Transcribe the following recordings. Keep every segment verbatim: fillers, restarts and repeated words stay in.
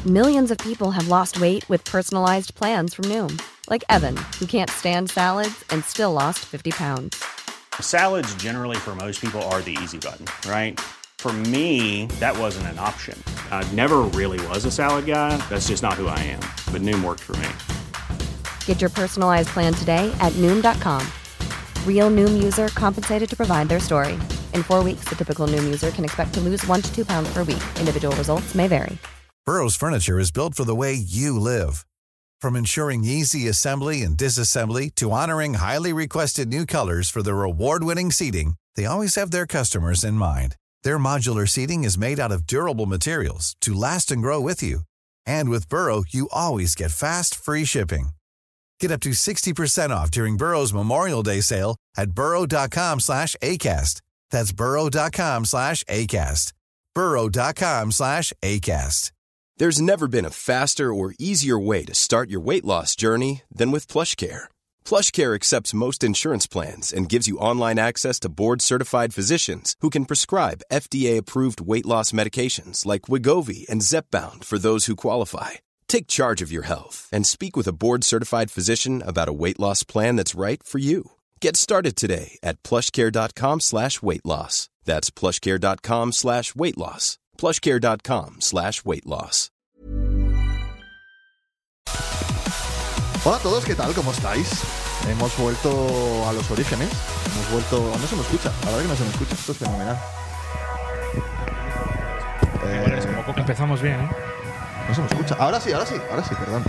Millions of people have lost weight with personalized plans from Noom. Like Evan, who can't stand salads and still lost fifty pounds. Salads generally for most people are the easy button, right? For me, that wasn't an option. I never really was a salad guy. That's just not who I am. But Noom worked for me. Get your personalized plan today at Noom dot com. Real Noom user compensated to provide their story. In four weeks, the typical Noom user can expect to lose one to two pounds per week. Individual results may vary. Burrow's furniture is built for the way you live. From ensuring easy assembly and disassembly to honoring highly requested new colors for their award-winning seating, they always have their customers in mind. Their modular seating is made out of durable materials to last and grow with you. And with Burrow, you always get fast, free shipping. Get up to sixty percent off during Burrow's Memorial Day sale at burrow.com slash ACAST. That's burrow.com slash ACAST. burrow.com slash ACAST. There's never been a faster or easier way to start your weight loss journey than with PlushCare. PlushCare accepts most insurance plans and gives you online access to board-certified physicians who can prescribe F D A-approved weight loss medications like Wegovy and Zepbound for those who qualify. Take charge of your health and speak with a board-certified physician about a weight loss plan that's right for you. Get started today at plushcare.com slash weight loss. That's plushcare.com slash weight loss. plushcare.com slash weight loss. Hola a todos, ¿qué tal? ¿Cómo estáis? Hemos vuelto a los orígenes. Hemos vuelto... No se me escucha, la verdad que no se me escucha. Esto es fenomenal. Eh, bueno, es como poco empezamos bien, ¿eh? No se me escucha. Ahora sí, ahora sí, ahora sí, perdón.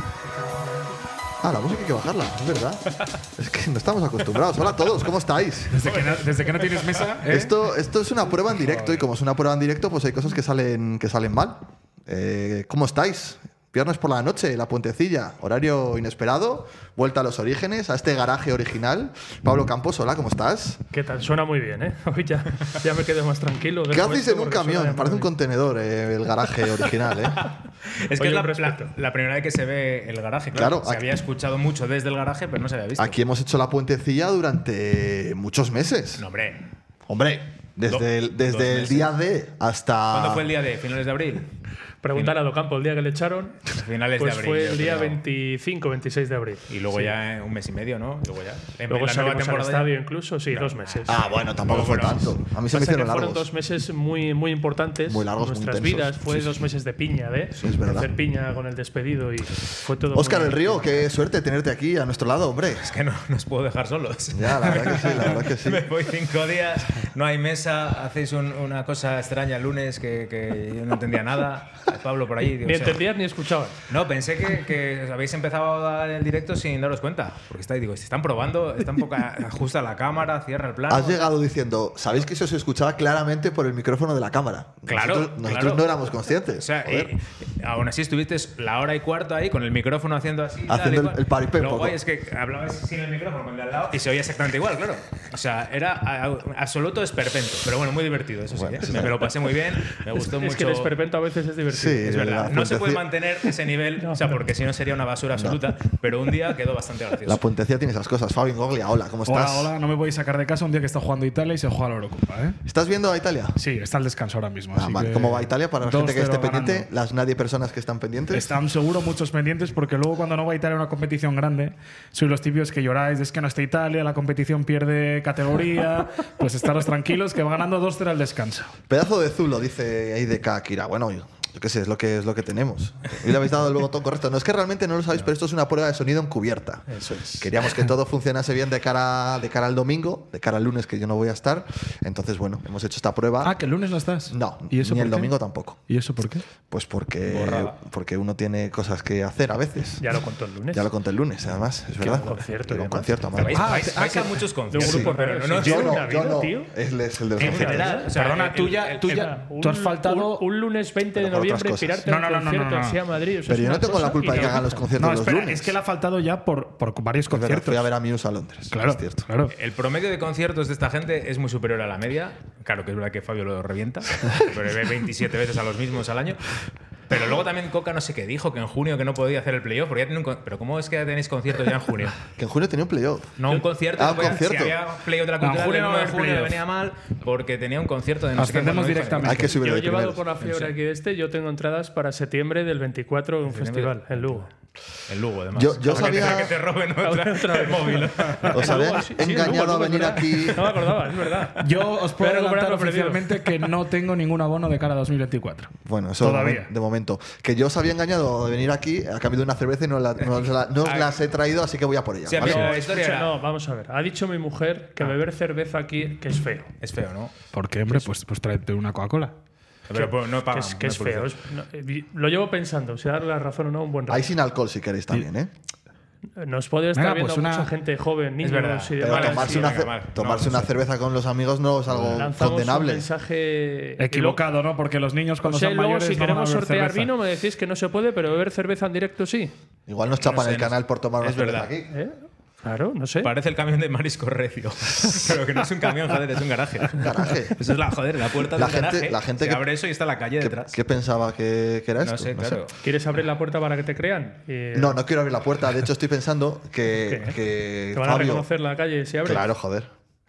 Ah, la música hay que bajarla, es verdad. Es que no estamos acostumbrados. Hola a todos, ¿cómo estáis? Desde que no, desde que no tienes mesa, ¿eh? Esto, esto es una prueba en directo y como es una prueba en directo, pues hay cosas que salen, que salen mal. Eh, ¿Cómo estáis? Viernes por la noche, La Puentecilla, horario inesperado, vuelta a los orígenes, a este garaje original. Pablo Campos, hola, ¿cómo estás? ¿Qué tal? Suena muy bien, ¿eh? Hoy ya, ya me quedo más tranquilo. ¿Qué hacéis en un camión? Parece un contenedor, eh, el garaje original, ¿eh? Es que Oye, es la, la, la primera vez que se ve el garaje. Claro, claro se aquí, había escuchado mucho desde el garaje, pero no se había visto. Aquí hemos hecho La Puentecilla durante muchos meses. No, hombre. Hombre, desde Do, el, desde el día D hasta... ¿Cuándo fue el día D? ¿Finales de abril? Preguntar a Docampo el día que le echaron. Finales pues de abril. Fue el día veinticinco, veintiséis de abril. Y luego sí. ya un mes y medio, ¿no? Luego ya. En luego la nueva temporada al estadio incluso, sí, no. dos meses. Ah, bueno, tampoco no, fue bueno, tanto. A mí se me hicieron largos. Fueron dos meses muy, muy importantes. Muy largos, en nuestras muy vidas. Fue sí, dos meses de piña, ¿eh? Sí, es verdad. Hacer piña con el despedido y fue todo. Óscar del Río, qué suerte tenerte aquí a nuestro lado, hombre. Es que no nos puedo dejar solos. Ya, la verdad que sí, la verdad que sí. Me voy cinco días, no hay mesa, hacéis un, una cosa extraña el lunes que, que yo no entendía nada. Pablo por ahí. Ni entendías ni escuchabas. No, pensé que, que habéis empezado a dar el directo sin daros cuenta. Porque está, digo, si están probando, está un poco ajusta la cámara, cierra el plano. Has llegado diciendo, ¿sabéis que eso se escuchaba claramente por el micrófono de la cámara? Claro. Nosotros, nosotros claro. no éramos conscientes. O sea, y, aún así estuviste la hora y cuarto ahí con el micrófono haciendo así. Haciendo tal, el, el paripé un Lo poco. guay es que hablabas sin el micrófono con el de al lado y se oía exactamente igual, claro. O sea, era a, a, absoluto esperpento. Pero bueno, muy divertido, eso sí. Bueno, ¿eh? sí. Me, me lo pasé muy bien, me gustó es, mucho. Es que el esperpento a veces es divertido. Sí, es verdad. No se puede mantener ese nivel, no, o sea, porque si no sería una basura absoluta, no. Pero un día quedó bastante gracioso. La Puentecilla tiene esas cosas. Fabio Ingoglia, hola, ¿cómo estás? Hola, hola, no me podéis sacar de casa un día que está jugando Italia y se juega la Eurocopa, ¿eh? ¿Estás viendo a Italia? Sí, está al descanso ahora mismo. Ah, vale. ¿Cómo va Italia para la gente que esté pendiente? Ganando. Las nadie personas que están pendientes. Están seguro muchos pendientes porque luego cuando no va a Italia a una competición grande, sois los típicos que lloráis, es que no está Italia, la competición pierde categoría, pues estaros tranquilos que va ganando dos cero al descanso. Pedazo de zulo, dice ahí de Kakira. Bueno, yo. Yo qué sé, es lo que es lo que tenemos. Y le habéis dado el botón correcto. No es que realmente no lo sabéis, pero esto es una prueba de sonido encubierta. Eso es. Queríamos que todo funcionase bien de cara, de cara al domingo, de cara al lunes, que yo no voy a estar. Entonces, bueno, hemos hecho esta prueba. Ah, que el lunes no estás. No, ¿Y eso ni por el qué? domingo tampoco. ¿Y eso por qué? Pues porque, porque uno tiene cosas que hacer a veces. Ya lo contó el lunes. Ya lo conté el lunes, además, es verdad. Un concierto. Un concierto, vais, ah, vais, vais a muchos conciertos. De un grupo, pero no, yo no, Navidad, yo no. Tío. Él es el de los en conciertos. general, o sea, Perdona, el, tuya, el, tuya, un, tú has faltado un, un lunes veinte de noviembre pirarte no, al no, no, concierto no, no, no. así a Madrid. O sea, Pero yo no tengo la culpa de que hagan los conciertos no, los espera, lunes. es que le ha faltado ya por, por varios conciertos. Fui a ver a Muse a Londres. Claro, es cierto. claro. El promedio de conciertos de esta gente es muy superior a la media. Claro que es verdad que Fabio lo revienta, pero ve veintisiete veces a los mismos al año. Pero luego también Coca no sé qué dijo, que en junio que no podía hacer el playoff, porque ya tenía un con- pero ¿cómo es que ya tenéis conciertos ya en junio? Que en junio tenía un playoff. No, un concierto. Ah, no un podía- concierto. Si había playoff de la No, en cultura junio el no uno de va a haber junio le playoff. venía mal porque tenía un concierto de no sé qué. Ascendemos cuando dijo- directamente. Hay que subir Yo de he llevado primeros. con la fiebre aquí de este, yo tengo entradas para septiembre del veinticuatro en un festival, en Lugo. En Lugo, además. Yo- yo Para que te- sabía- que te roben otra, Otra vez. el móvil. Os habían Lugo, sí, sí, engañado Lugo, a venir es verdad. aquí. No me acordaba, es verdad. Yo os puedo Voy a recuperar adelantar lo perdido. oficialmente que no tengo ningún abono de cara a dos mil veinticuatro. Bueno, eso de Todavía. momen- de momento. Que yo os había engañado de venir aquí a cambio de una cerveza y no, la- no os la- no os las he traído, así que voy a por ella. Sí, a mí ¿vale? la historia Escucha, era- no, vamos a ver. Ha dicho mi mujer que beber cerveza aquí que es feo. Es feo, ¿no? ¿Por qué, hombre? Pues, pues tráete una Coca-Cola. Pero pues, no Que pagamos. es, que no es feo. publicidad. es- no, eh, vi- lo llevo pensando, si darle la razón o no, un buen rato. Hay sin alcohol si queréis también, ¿eh? Nos puede estar Venga, viendo pues una- mucha gente joven, niños verdad. y Pero demás. Vale, tomarse, sí, una, venga, ce- vale. tomarse No, una no sé. cerveza con los amigos no es algo Lanzamos condenable. un mensaje Equivocado, ¿no? Porque los niños cuando O sea, son luego, mayores si no van a queremos beber sortear cerveza. vino, me decís que no se puede, pero beber cerveza en directo sí. Igual nos chapan No sé, el no canal sé. por tomar una Es cerveza verdad. aquí. ¿Eh? Claro, no sé. Parece el camión de Marisco Recio. Pero que no es un camión, joder, es un garaje. Garaje. Eso es la, joder, la puerta La del gente- garaje. la gente se que- abre eso y está la calle ¿Qué, detrás. qué pensaba que, que era No esto? sé, claro. ¿Quieres abrir la puerta para que te crean? Y- No, no quiero abrir la puerta. De hecho, estoy pensando que, ¿Qué? que ¿Te van a Fabio. reconocer la calle si abres? Claro, joder.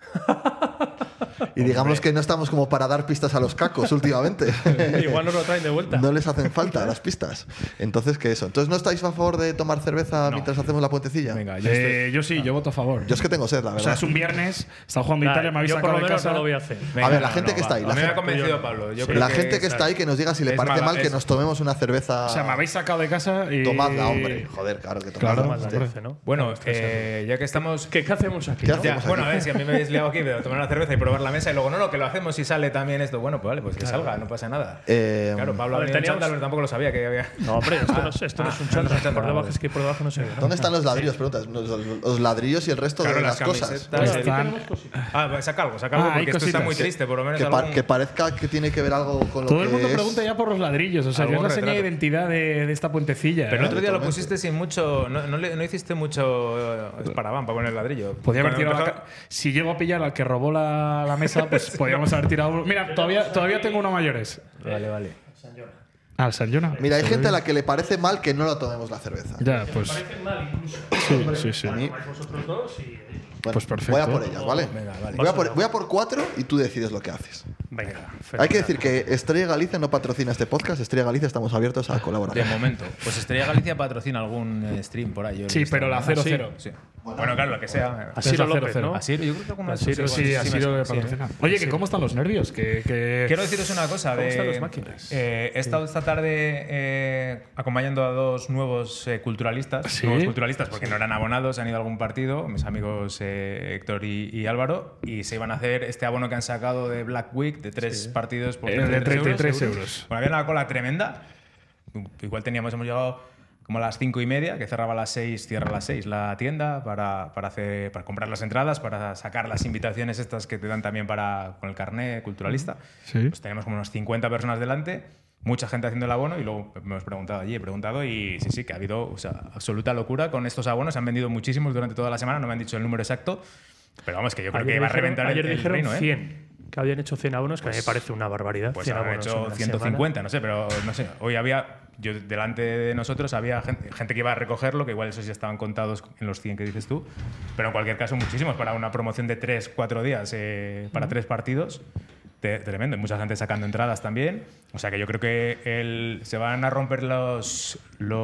Y digamos que no estamos como para dar pistas a los cacos últimamente. Igual nos lo traen de vuelta. No les hacen falta las pistas. Entonces, ¿qué eso? Entonces, ¿no estáis a favor de tomar cerveza mientras hacemos la puentecilla? Venga, yo estoy- Eh, yo sí, yo voto a favor. Yo es que tengo sed, la O verdad. sea, es un viernes, está jugando Nah, Italia, me habéis yo por sacado lo de menos casa. no lo voy a hacer. Venga, A ver, la no, gente no, que va. está ahí, la A mí me ha gente- convencido Pablo. Yo Sí. creo La que gente que es- está ahí que nos diga si le es parece mala- mal que es- nos tomemos una cerveza. O sea, me habéis sacado de casa y. Tomadla, hombre. Joder, claro que tomadla. Claro, Más la hombre. parece, ¿no? Bueno, Estás eh, ya que estamos. ¿Qué, ¿Qué hacemos aquí? ¿Qué no? hacemos? Ya, bueno, aquí. a ver, si a mí me habéis liado aquí de tomar una cerveza y probar la mesa y luego no, no, que lo hacemos y sale también esto. Bueno, pues vale, pues que salga, no pasa nada. Eh, Claro, Pablo a ha ver, venido en teníamos- chándal, pero tampoco lo sabía que había. No, hombre, esto, no, es- esto no es un Ah, chándal. no es un chándal, Por debajo vale. es que por debajo no se ve. ¿no? ¿Dónde están los ladrillos? Preguntas. Los, los ladrillos y el resto Claro, de las las cosas. camisetas. Pues Sí. están- Ah, pues saca algo, saca algo, Ah, hay porque esto está cositas. muy triste, por lo menos Que, pa- algún- que parezca que tiene que ver algo con lo Todo que el mundo es. pregunta ya por los ladrillos. O sea, que es Algún la señal de retrato. identidad de, de esta puentecilla. Pero el ¿eh? otro día lo Totalmente. pusiste sin mucho. No, no, le- no hiciste mucho eh, esparaban para poner el ladrillo. Podía haber Cuando tirado la empezó- ca- Si llego a pillar al que robó la, la mesa, pues podríamos haber tirado uno. Mira, todavía, todavía tengo uno mayores. Vale, vale. Ah, el San Jona. Mira, hay gente a la que le parece mal que no la tomemos la cerveza. Ya, pues. Parece mal incluso. Sí, sí, sí. A mí- Vais vosotros dos y... Bueno, Pues perfecto. Voy a por ellas, ¿vale? Venga, vale. Voy, a por, voy a por cuatro y tú decides lo que haces. Venga, Hay que decir que Estrella Galicia no patrocina este podcast. Estrella Galicia estamos abiertos a De colaborar. momento. Pues Estrella Galicia patrocina algún eh, stream por ahí. yo lo he Sí, visto. pero la Ah, cero sí. cero. Sí. Bueno, claro, lo que sea. Así la lo cero López, cero. ¿no? Así, yo creo que alguna vez Así lo- Sí, así lo he sí, patrocinado. Oye, que ¿cómo están los nervios? Que, que... Quiero deciros una cosa. ¿Cómo De, están las máquinas? eh, he estado esta tarde eh, acompañando a dos nuevos eh, culturalistas. ¿Sí? Nuevos culturalistas porque no eran abonados, han ido a algún partido, mis amigos eh, Héctor y, y Álvaro, y se iban a hacer este abono que han sacado de Black Week de tres partidos por Eh, de treinta y tres euros. Bueno, había una cola tremenda. Igual teníamos, hemos llegado como a las cinco y media, que cerraba a las seis, cierra a las seis la tienda para, para, hacer, para comprar las entradas, para sacar las invitaciones estas que te dan también para, con el carnet culturalista. Sí. Pues teníamos como unas cincuenta personas delante, mucha gente haciendo el abono y luego me hemos preguntado allí, he preguntado y sí, sí, que ha habido o sea, absoluta locura con estos abonos. Se han vendido muchísimos durante toda la semana, no me han dicho el número exacto, pero vamos, que yo creo Ayer que va a dijeron- reventar el, Ayer el dijeron reino, ¿eh? cien, que habían hecho cien abonos, que a mí me parece una barbaridad. Pues cien han abonos en hecho una ciento semana. cincuenta, no sé, pero no sé. Hoy había, yo delante de nosotros había gente, gente que iba a recogerlo, que igual esos ya estaban contados en los cien que dices tú, pero en cualquier caso muchísimos para una promoción de tres, cuatro días eh, para tres partidos. Te- Tremendo, y mucha gente sacando entradas también. O sea que yo creo que el, se van a romper los,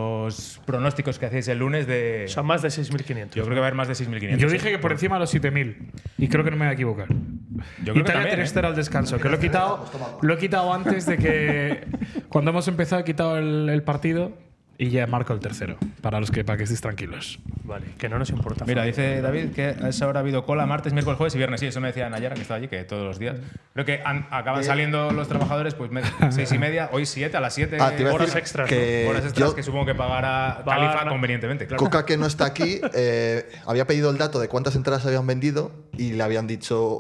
los pronósticos que hacéis el lunes de. O sea, más de seis mil quinientos. Yo creo que va a haber más de seis mil quinientos. Yo dije que por encima de los siete mil. Y creo que no me voy a equivocar. Yo creo que Italia también, tres ¿eh? cero al descanso. Que lo he quitado, lo he quitado antes de que. Cuando hemos empezado, he quitado el, el partido y ya marco el tercero. Para los que, para que estéis tranquilos. Vale, que no nos importa. Mira, dice David que a esa hora ha habido cola martes, miércoles, jueves y viernes. Sí, eso me decía Nayara, que estaba allí, que todos los días. Creo que han- acaban saliendo los trabajadores pues me- seis y media, hoy siete, a las siete. Ah, te iba a horas decir extras, que horas extras yo- que supongo que pagará Va- Califa no. convenientemente, claro. Coca, que no está aquí, eh, había pedido el dato de cuántas entradas habían vendido y le habían dicho, o sea,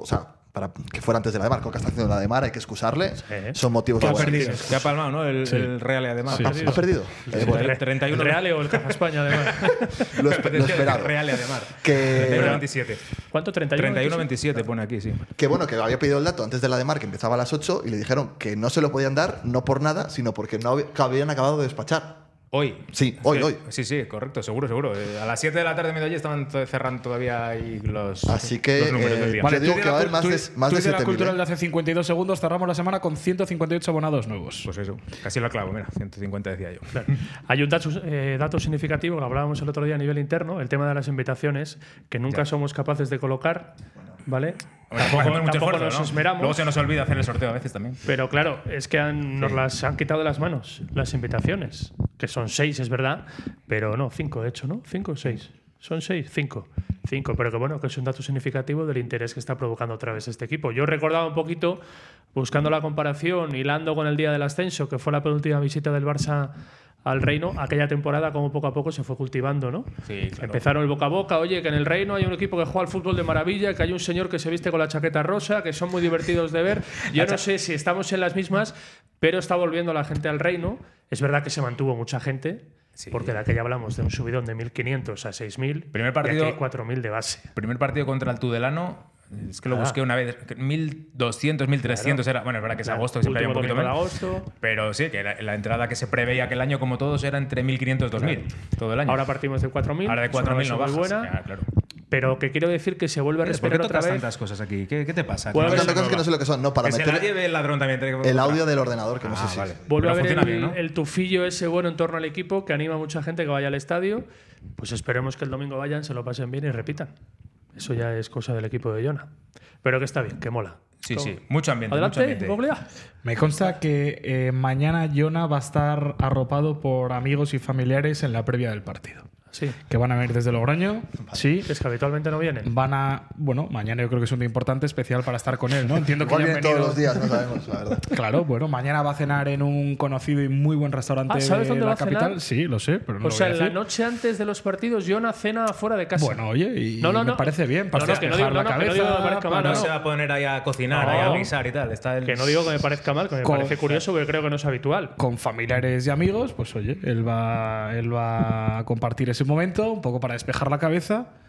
para que fuera antes de la de Mar. Coca está haciendo la de Mar, hay que excusarle. Sí. Son motivos Que ha laborales. perdido. Que ha palmado, ¿no? El, Sí. el Real además. Sí. ¿Ha, ha perdido? Eh, bueno, El treinta y uno ¿El Real o el Caja España, además? lo, espe- lo esperado. Real además. Que, treinta y uno veintisiete. ¿Cuánto? ¿treinta y uno? treinta y uno veintisiete pone aquí, sí. que bueno, que había pedido el dato antes de la de Mar, que empezaba a las ocho, y le dijeron que no se lo podían dar, no por nada, sino porque no hab- que habían acabado de despachar. Hoy. Sí, hoy, hoy. Sí, sí, correcto, seguro, seguro. Eh, A las siete de la tarde, medio estaban to- cerrando todavía ahí los, Así que, los números del eh, día. Vale, Vale, digo tuit que va a haber la más cul- de- tuit- más de tuit de la siete mil, cultural ¿eh? de hace cincuenta y dos segundos. Cerramos la semana con ciento cincuenta y ocho abonados nuevos. Pues eso, casi lo clavo, mira, ciento cincuenta decía yo. Hay un dato, eh, dato significativo, que lo hablábamos el otro día a nivel interno, el tema de las invitaciones, que nunca Ya. somos capaces de colocar, ¿vale? Bueno, Tampoco, hacemos mucho tampoco esfuerzo, nos ¿no? esmeramos. Luego se nos olvida hacer el sorteo a veces también. Pero claro, es que han- nos las han quitado de las manos, las invitaciones, que son seis, es verdad, pero no, cinco de hecho, ¿no? Cinco o seis. Son seis, cinco. Cinco, pero que bueno, que es un dato significativo del interés que está provocando otra vez este equipo. Yo recordaba un poquito, buscando la comparación, hilando con el día del ascenso, que fue la penúltima visita del Barça al Reino, aquella temporada como poco a poco se fue cultivando, ¿no? Sí, claro. Empezaron el boca a boca, oye, que en el Reino hay un equipo que juega al fútbol de maravilla, que hay un señor que se viste con la chaqueta rosa, que son muy divertidos de ver. Yo no sé si estamos en las mismas, pero está volviendo la gente al Reino. Es verdad que se mantuvo mucha gente, Sí. porque de aquella hablamos de un subidón de mil quinientos a seis mil, Primer y partido- aquí hay cuatro mil de base. Primer partido contra el Tudelano, es que lo Ah. busqué una vez, mil doscientos, mil trescientos era. Bueno, es verdad que es Claro, agosto, que siempre hay un último poquito domingo menos. de agosto. Pero sí, que la, la entrada que se preveía aquel año, como todos, era entre mil quinientos y dos mil todo el año. Ahora partimos de cuatro mil. Ahora de es una cuatro mil no base bajas. muy buena, Ya, claro. pero que quiero decir que se vuelve a ¿Por qué respirar otra tocas vez. tantas cosas aquí? ¿Qué, qué te pasa? Puede ¿Qué haber- Son cosas que no sé lo que son. No, para que se la meter lleve el ladrón también. tiene que- el audio del ordenador, que no Ah, sé si vale. es. Vuelve Pero a haber funciona el, bien, ¿no? el tufillo ese bueno en torno al equipo que anima a mucha gente que vaya al estadio. Pues esperemos que el domingo vayan, se lo pasen bien y repitan. Eso ya es cosa del equipo de Jona. Pero que está bien, que mola. Sí, ¿Cómo? sí. Mucho ambiente. mucho Adelante, ambiente. Boglia. Me consta que eh, mañana Jona va a estar arropado por amigos y familiares en la previa del partido. Sí. Que van a venir desde Logroño. Sí. Es que habitualmente no vienen. Van a. Bueno, mañana yo creo que es un día importante, especial para estar con él, ¿no? Entiendo que Igual ya han vienen todos venido- los días, no sabemos, la verdad. Claro, bueno, mañana va a cenar en un conocido y muy buen restaurante Ah, ¿sabes de dónde la va a capital. cenar? Sí, lo sé, pero no O lo sea, voy a en la decir. noche antes de los partidos, Jona cena fuera de casa. Bueno, oye, y No, no, me no. parece bien para No, no, que no despejar digo- la no, no, que no cabeza. digo que me parezca mal, para- No no. se va a poner ahí a cocinar, No. ahí a guisar y tal. Está el... Que no digo que me parezca mal, que me Con- parece curioso, porque creo que no es habitual. Con familiares y amigos, pues oye, él va, él va a compartir ese momento, un poco para despejar la cabeza.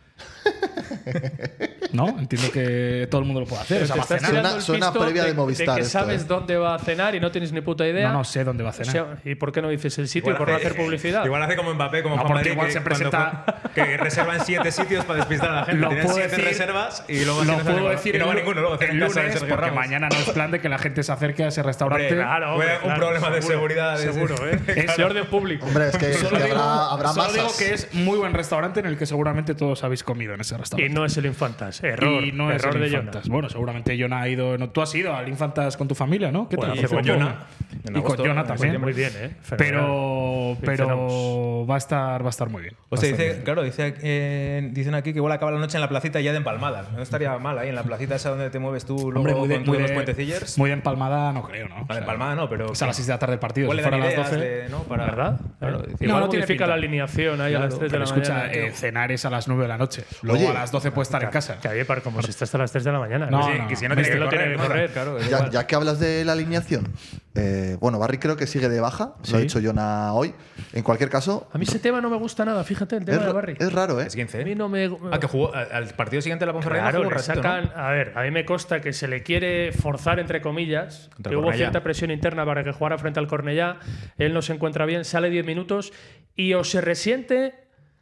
¿No? Entiendo que todo el mundo lo puede hacer. Pero O sea, te va a estás cenar. Suena- tirando el suena pisto previa de Movistar que esto, sabes eh. dónde va a cenar y no tienes ni puta idea. No, no sé dónde va a O cenar. sea, ¿y por qué no dices el sitio Igual por no hace- hacer publicidad? Igual hace como Mbappé, como No, Juan porque Madrid, igual que se cuando presenta- fue- que reservan siete sitios para despistar a la gente. Lo Tienen puedo siete decir- reservas y luego Lo si no puedo sale- decir y no va el, ninguno, luego el tienen casa de lunes, Sergio porque Ramos. mañana no es plan de que la gente se acerque a ese restaurante. Hombre, claro, Fue hombre, un claro, problema de seguro, seguridad. de- Seguro, ¿eh? Es de orden público. Hombre, es que, es que Solo digo- habrá, habrá solo digo masas. que es muy buen restaurante en el que seguramente todos habéis comido en ese Y restaurante. no es el Infantas. Error. Y no es error el de Infantas. Jona. Bueno, seguramente Jona ha ido. No, tú has ido al Infantas con tu familia, ¿no? ¿Qué Bueno, tal? hace Con poco. Jona. En Y con agosto, Jona en también. Muy bien, ¿eh? Fenomenal. Pero, Bien cenamos. pero va a estar, va a estar muy bien. O Va a sea, estar muy dice, bien. claro, dice, eh, dicen aquí que igual acaba la noche en la placita ya de Empalmada. No estaría mal ahí, en la placita esa donde te mueves tú luego Hombre, muy de, con muy todos los de- puentecillers. muy de empalmada no creo, ¿no? O Vale, sea, Empalmada no, pero... Es a las seis de la tarde el partido. Igual Si le dan fuera a las ideas doce. de, ¿no? Para, ¿Verdad? Claro, Eh. decir, No, Igual no tiene modifica pinta. la alineación ahí a las tres de Pero la escucha, mañana. eh, tío. cenar es a las nueve de la noche. Luego Oye, a las doce puede estar en casa. Que había para como si está hasta las tres de la mañana. No, Sí, no, que si no. no tiene Él que lo correr, tiene que correr. claro. es Ya, igual. ya que hablas de la alineación, eh, bueno, Barry creo que sigue de baja, lo ha Sí. dicho Jona hoy. En cualquier caso, A mí ese tema no me gusta nada, fíjate, el tema es, de ra- Barry. es raro, ¿eh? Es quince, A ¿eh? mí no me. Ah, que jugó al al partido siguiente de la Ponferradina. Claro, jugó un le ratito, sacan. ¿no? A ver, a mí me consta que se le quiere forzar, entre comillas, Contra que hubo Cornellá. cierta presión interna para que jugara frente al Cornellá. Él no se encuentra bien, sale diez minutos y o se resiente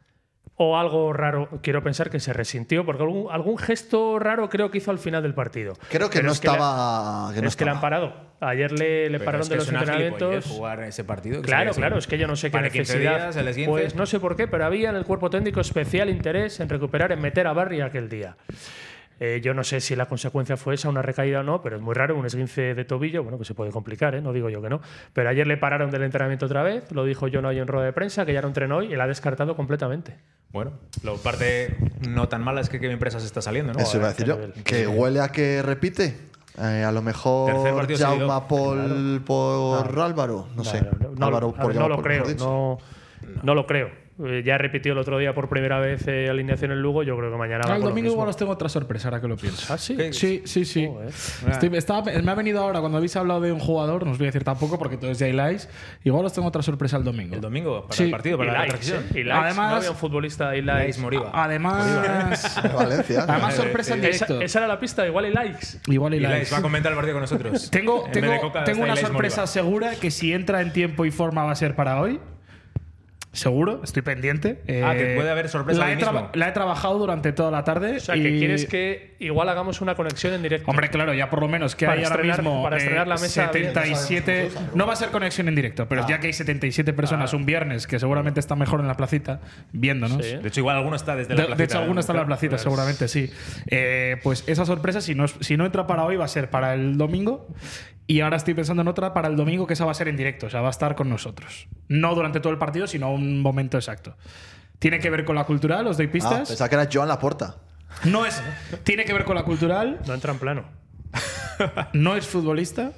o algo raro. Quiero pensar que se resintió, porque algún, algún gesto raro creo que hizo al final del partido. Creo que Pero no es que le- estaba. que no es que le han estaba. parado. Ayer le, le Pero pararon es de que los es una entrenamientos. gilipollez jugar ese partido. que Claro, sería claro, así. es que yo no sé qué Vale, quince necesidad. días, el esguince. Pues no sé por qué, pero había en el cuerpo técnico especial interés en recuperar, en meter a Barry aquel día. Eh, yo no sé si la consecuencia fue esa, una recaída o no, pero es muy raro, un esguince de tobillo, bueno, que se puede complicar, ¿eh? No digo yo que no. Pero ayer le pararon del entrenamiento otra vez, lo dijo Jona hoy en rueda de prensa, que ya no entrenó hoy y la ha descartado completamente. Bueno, la parte no tan mala es que Kevin Presa se está saliendo, ¿no? Eso iba a decir yo. nivel. Que huele a que repite. Eh, a lo Tercer mejor partido Jaume seguido. por, por No. Álvaro. No, sé. No, no, Álvaro a por ver, no Jaume lo por, creo, mejor dicho. no, no lo creo. Eh, ya repitió el otro día por primera vez eh, alineación en Lugo. Yo creo que mañana va Ah, el con lo domingo mismo. igual os tengo otra sorpresa, ahora que lo pienso. ¿Ah, sí? Sí, sí, sí. Joder. Estoy- estaba- me ha venido ahora, cuando habéis hablado de un jugador, no os voy a decir tampoco porque todos ya hiláis. Igual os tengo otra sorpresa el domingo. El domingo, para Sí. el partido, para la Ilais, transmisión. ¿eh? Ilais. Además- no había un futbolista Ilais. Ilais Moriba. Además, Valencia. además sorpresa en Esa, directo. esa era la pista, igual Ilais. Igual Y Ilais. Ilais va a comentar el partido con nosotros. Tengo, En tengo, vez de Coca, tengo está una Ilais sorpresa Moriba. segura que si entra en tiempo y forma va a ser para hoy. Seguro, estoy pendiente. Ah, que puede haber sorpresa la hoy he, traba- mismo. la he trabajado durante toda la tarde. O sea, y- que quieres que igual hagamos una conexión en directo. Hombre, claro, ya por lo menos que Para hay ahora estrenar- mismo para estrenar la mesa bien. setenta y siete. No va a ser conexión en directo, pero ya que hay setenta y siete personas un viernes que seguramente está mejor en la placita viéndonos. Sí. De hecho, igual alguno está desde De, la de placita. hecho, alguno está en la placita, Pues- seguramente, sí. Eh, pues esa sorpresa, si no, es- si no entra para hoy, va a ser para el domingo. Y ahora estoy pensando en otra para el domingo, que esa va a ser en directo, o sea, va a estar con nosotros. No durante todo el partido, sino un momento exacto. Tiene que ver con la cultural, os doy Ah, pistas. pensaba que era Joan Laporta. No es. Tiene que ver con la cultural, No entra en plano. no es futbolista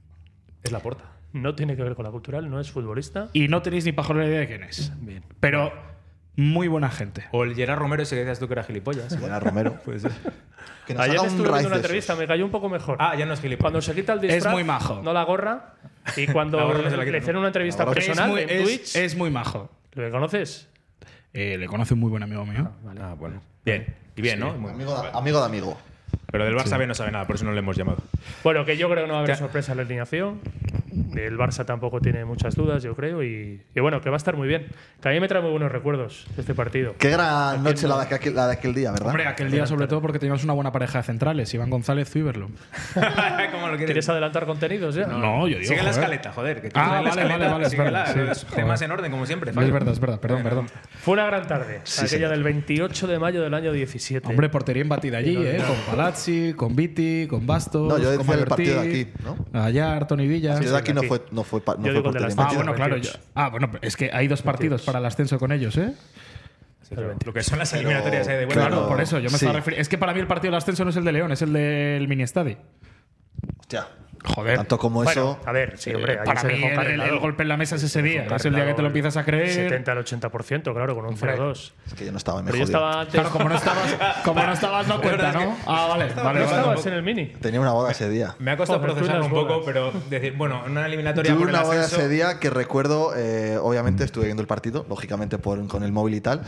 Es la puerta. No tiene que ver con la cultural, no es futbolista. y no tenéis ni pajolera idea de quién es. Bien. Pero muy buena gente. O el Gerard Romero ese que decías tú que era gilipollas. Era Romero. Puede ser. Que nos Ayer haga un estuve viendo raíz una de entrevista, esos. me cayó un poco mejor. Ah, ya no es gilipollas. Cuando se quita el disfraz, muy majo. no la gorra. Y cuando La gorra no se la le quita, hicieron ¿no? una entrevista La gorra- Es personal muy, en es- Twitch. es muy majo. ¿Le conoces? Eh, le conoce un muy buen amigo mío. Ah, bueno. Bien. Y bien, ¿no? Muy- Amigo de, amigo de amigo. Pero del Barça B no sabe nada, por eso no le hemos llamado. Bueno, que yo creo que no va a haber Ya. sorpresa en la alineación. El Barça tampoco tiene muchas dudas, yo creo. Y, y bueno, que va a estar muy bien. Que a mí me trae muy buenos recuerdos de este partido. Qué gran noche la de, aquel, la de aquel día, ¿verdad? Hombre, aquel día sobre todo porque teníamos una buena pareja de centrales, Iván González y Iberlo. ¿Cómo lo ¿Quieres adelantar contenidos ya? No, yo digo. Sigue la joder. escaleta, joder. Que tú Ah, sigues la vale, escaleta, vale, vale, es síguela, verdad, sí, los joder. temas en orden, como siempre. Es Fabio. verdad, es verdad, perdón, perdón. Fue una gran tarde. Sí, aquella señor. del veintiocho de mayo del año diecisiete. Hombre, portería embatida allí, ¿eh? Con Palazzi, con Viti, con Bastos. No, yo con decía el Mallorquí, partido de aquí, ¿no? Gallar, Tony Villa. El de aquí no aquí. fue, no fue, pa- no Yo fue digo el de portería las- Ah, invertida. bueno, claro. yo- veintiocho. ah, bueno, es que hay dos partidos para el ascenso con ellos, ¿eh? Sí, claro. Lo que son las eliminatorias ahí de Claro. vuelta. Claro, por eso. Yo me sí. estaba refiriendo. Es que para mí el partido del ascenso no es el de León, es el del mini estadio. Hostia. Joder. Tanto como Bueno, eso. a ver, sí, hombre. Eh, ahí para se mí dejó el, el- carrilado. el golpe en la mesa es ese día. Es el día que te Carrilado, lo empiezas a creer. setenta al ochenta por ciento, claro, con un Hombre. cero dos. Es que yo no estaba Pero mejor. yo estaba antes. Claro, como no estabas, como no, estabas no cuenta, ¿no? Ah, vale, vale, ¿No vale. estabas en el mini? Tenía una boda ese día. Me ha costado Joder, tú y procesarlo las un poco, bodas. pero decir, bueno, en una eliminatoria Tuve por el una boda ascenso. ese día que recuerdo, eh, obviamente estuve viendo el partido, lógicamente por, con el móvil y tal,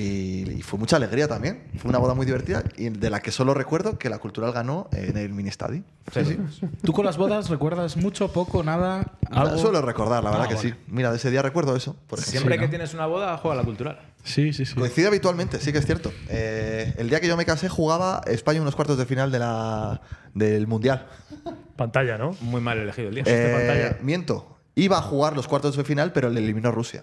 y, y fue mucha alegría también. Fue una boda muy divertida y de la que solo recuerdo que la Cultural ganó en el mini estadio. Sí, sí. ¿Tú con las bodas recuerdas mucho, poco, nada? ¿Algo? Suelo recordar, la verdad Ah, que vale. sí. Mira, de ese día recuerdo eso. Por ejemplo. Siempre Sí, que ¿no? tienes una boda, juega la cultural. Sí, sí, sí. Coincide habitualmente, sí que es cierto. Eh, el día que yo me casé jugaba España unos cuartos de final de la, del Mundial. Pantalla, ¿no? Muy mal elegido el día. Eh, pantalla. miento. Iba a jugar los cuartos de final, pero le eliminó Rusia.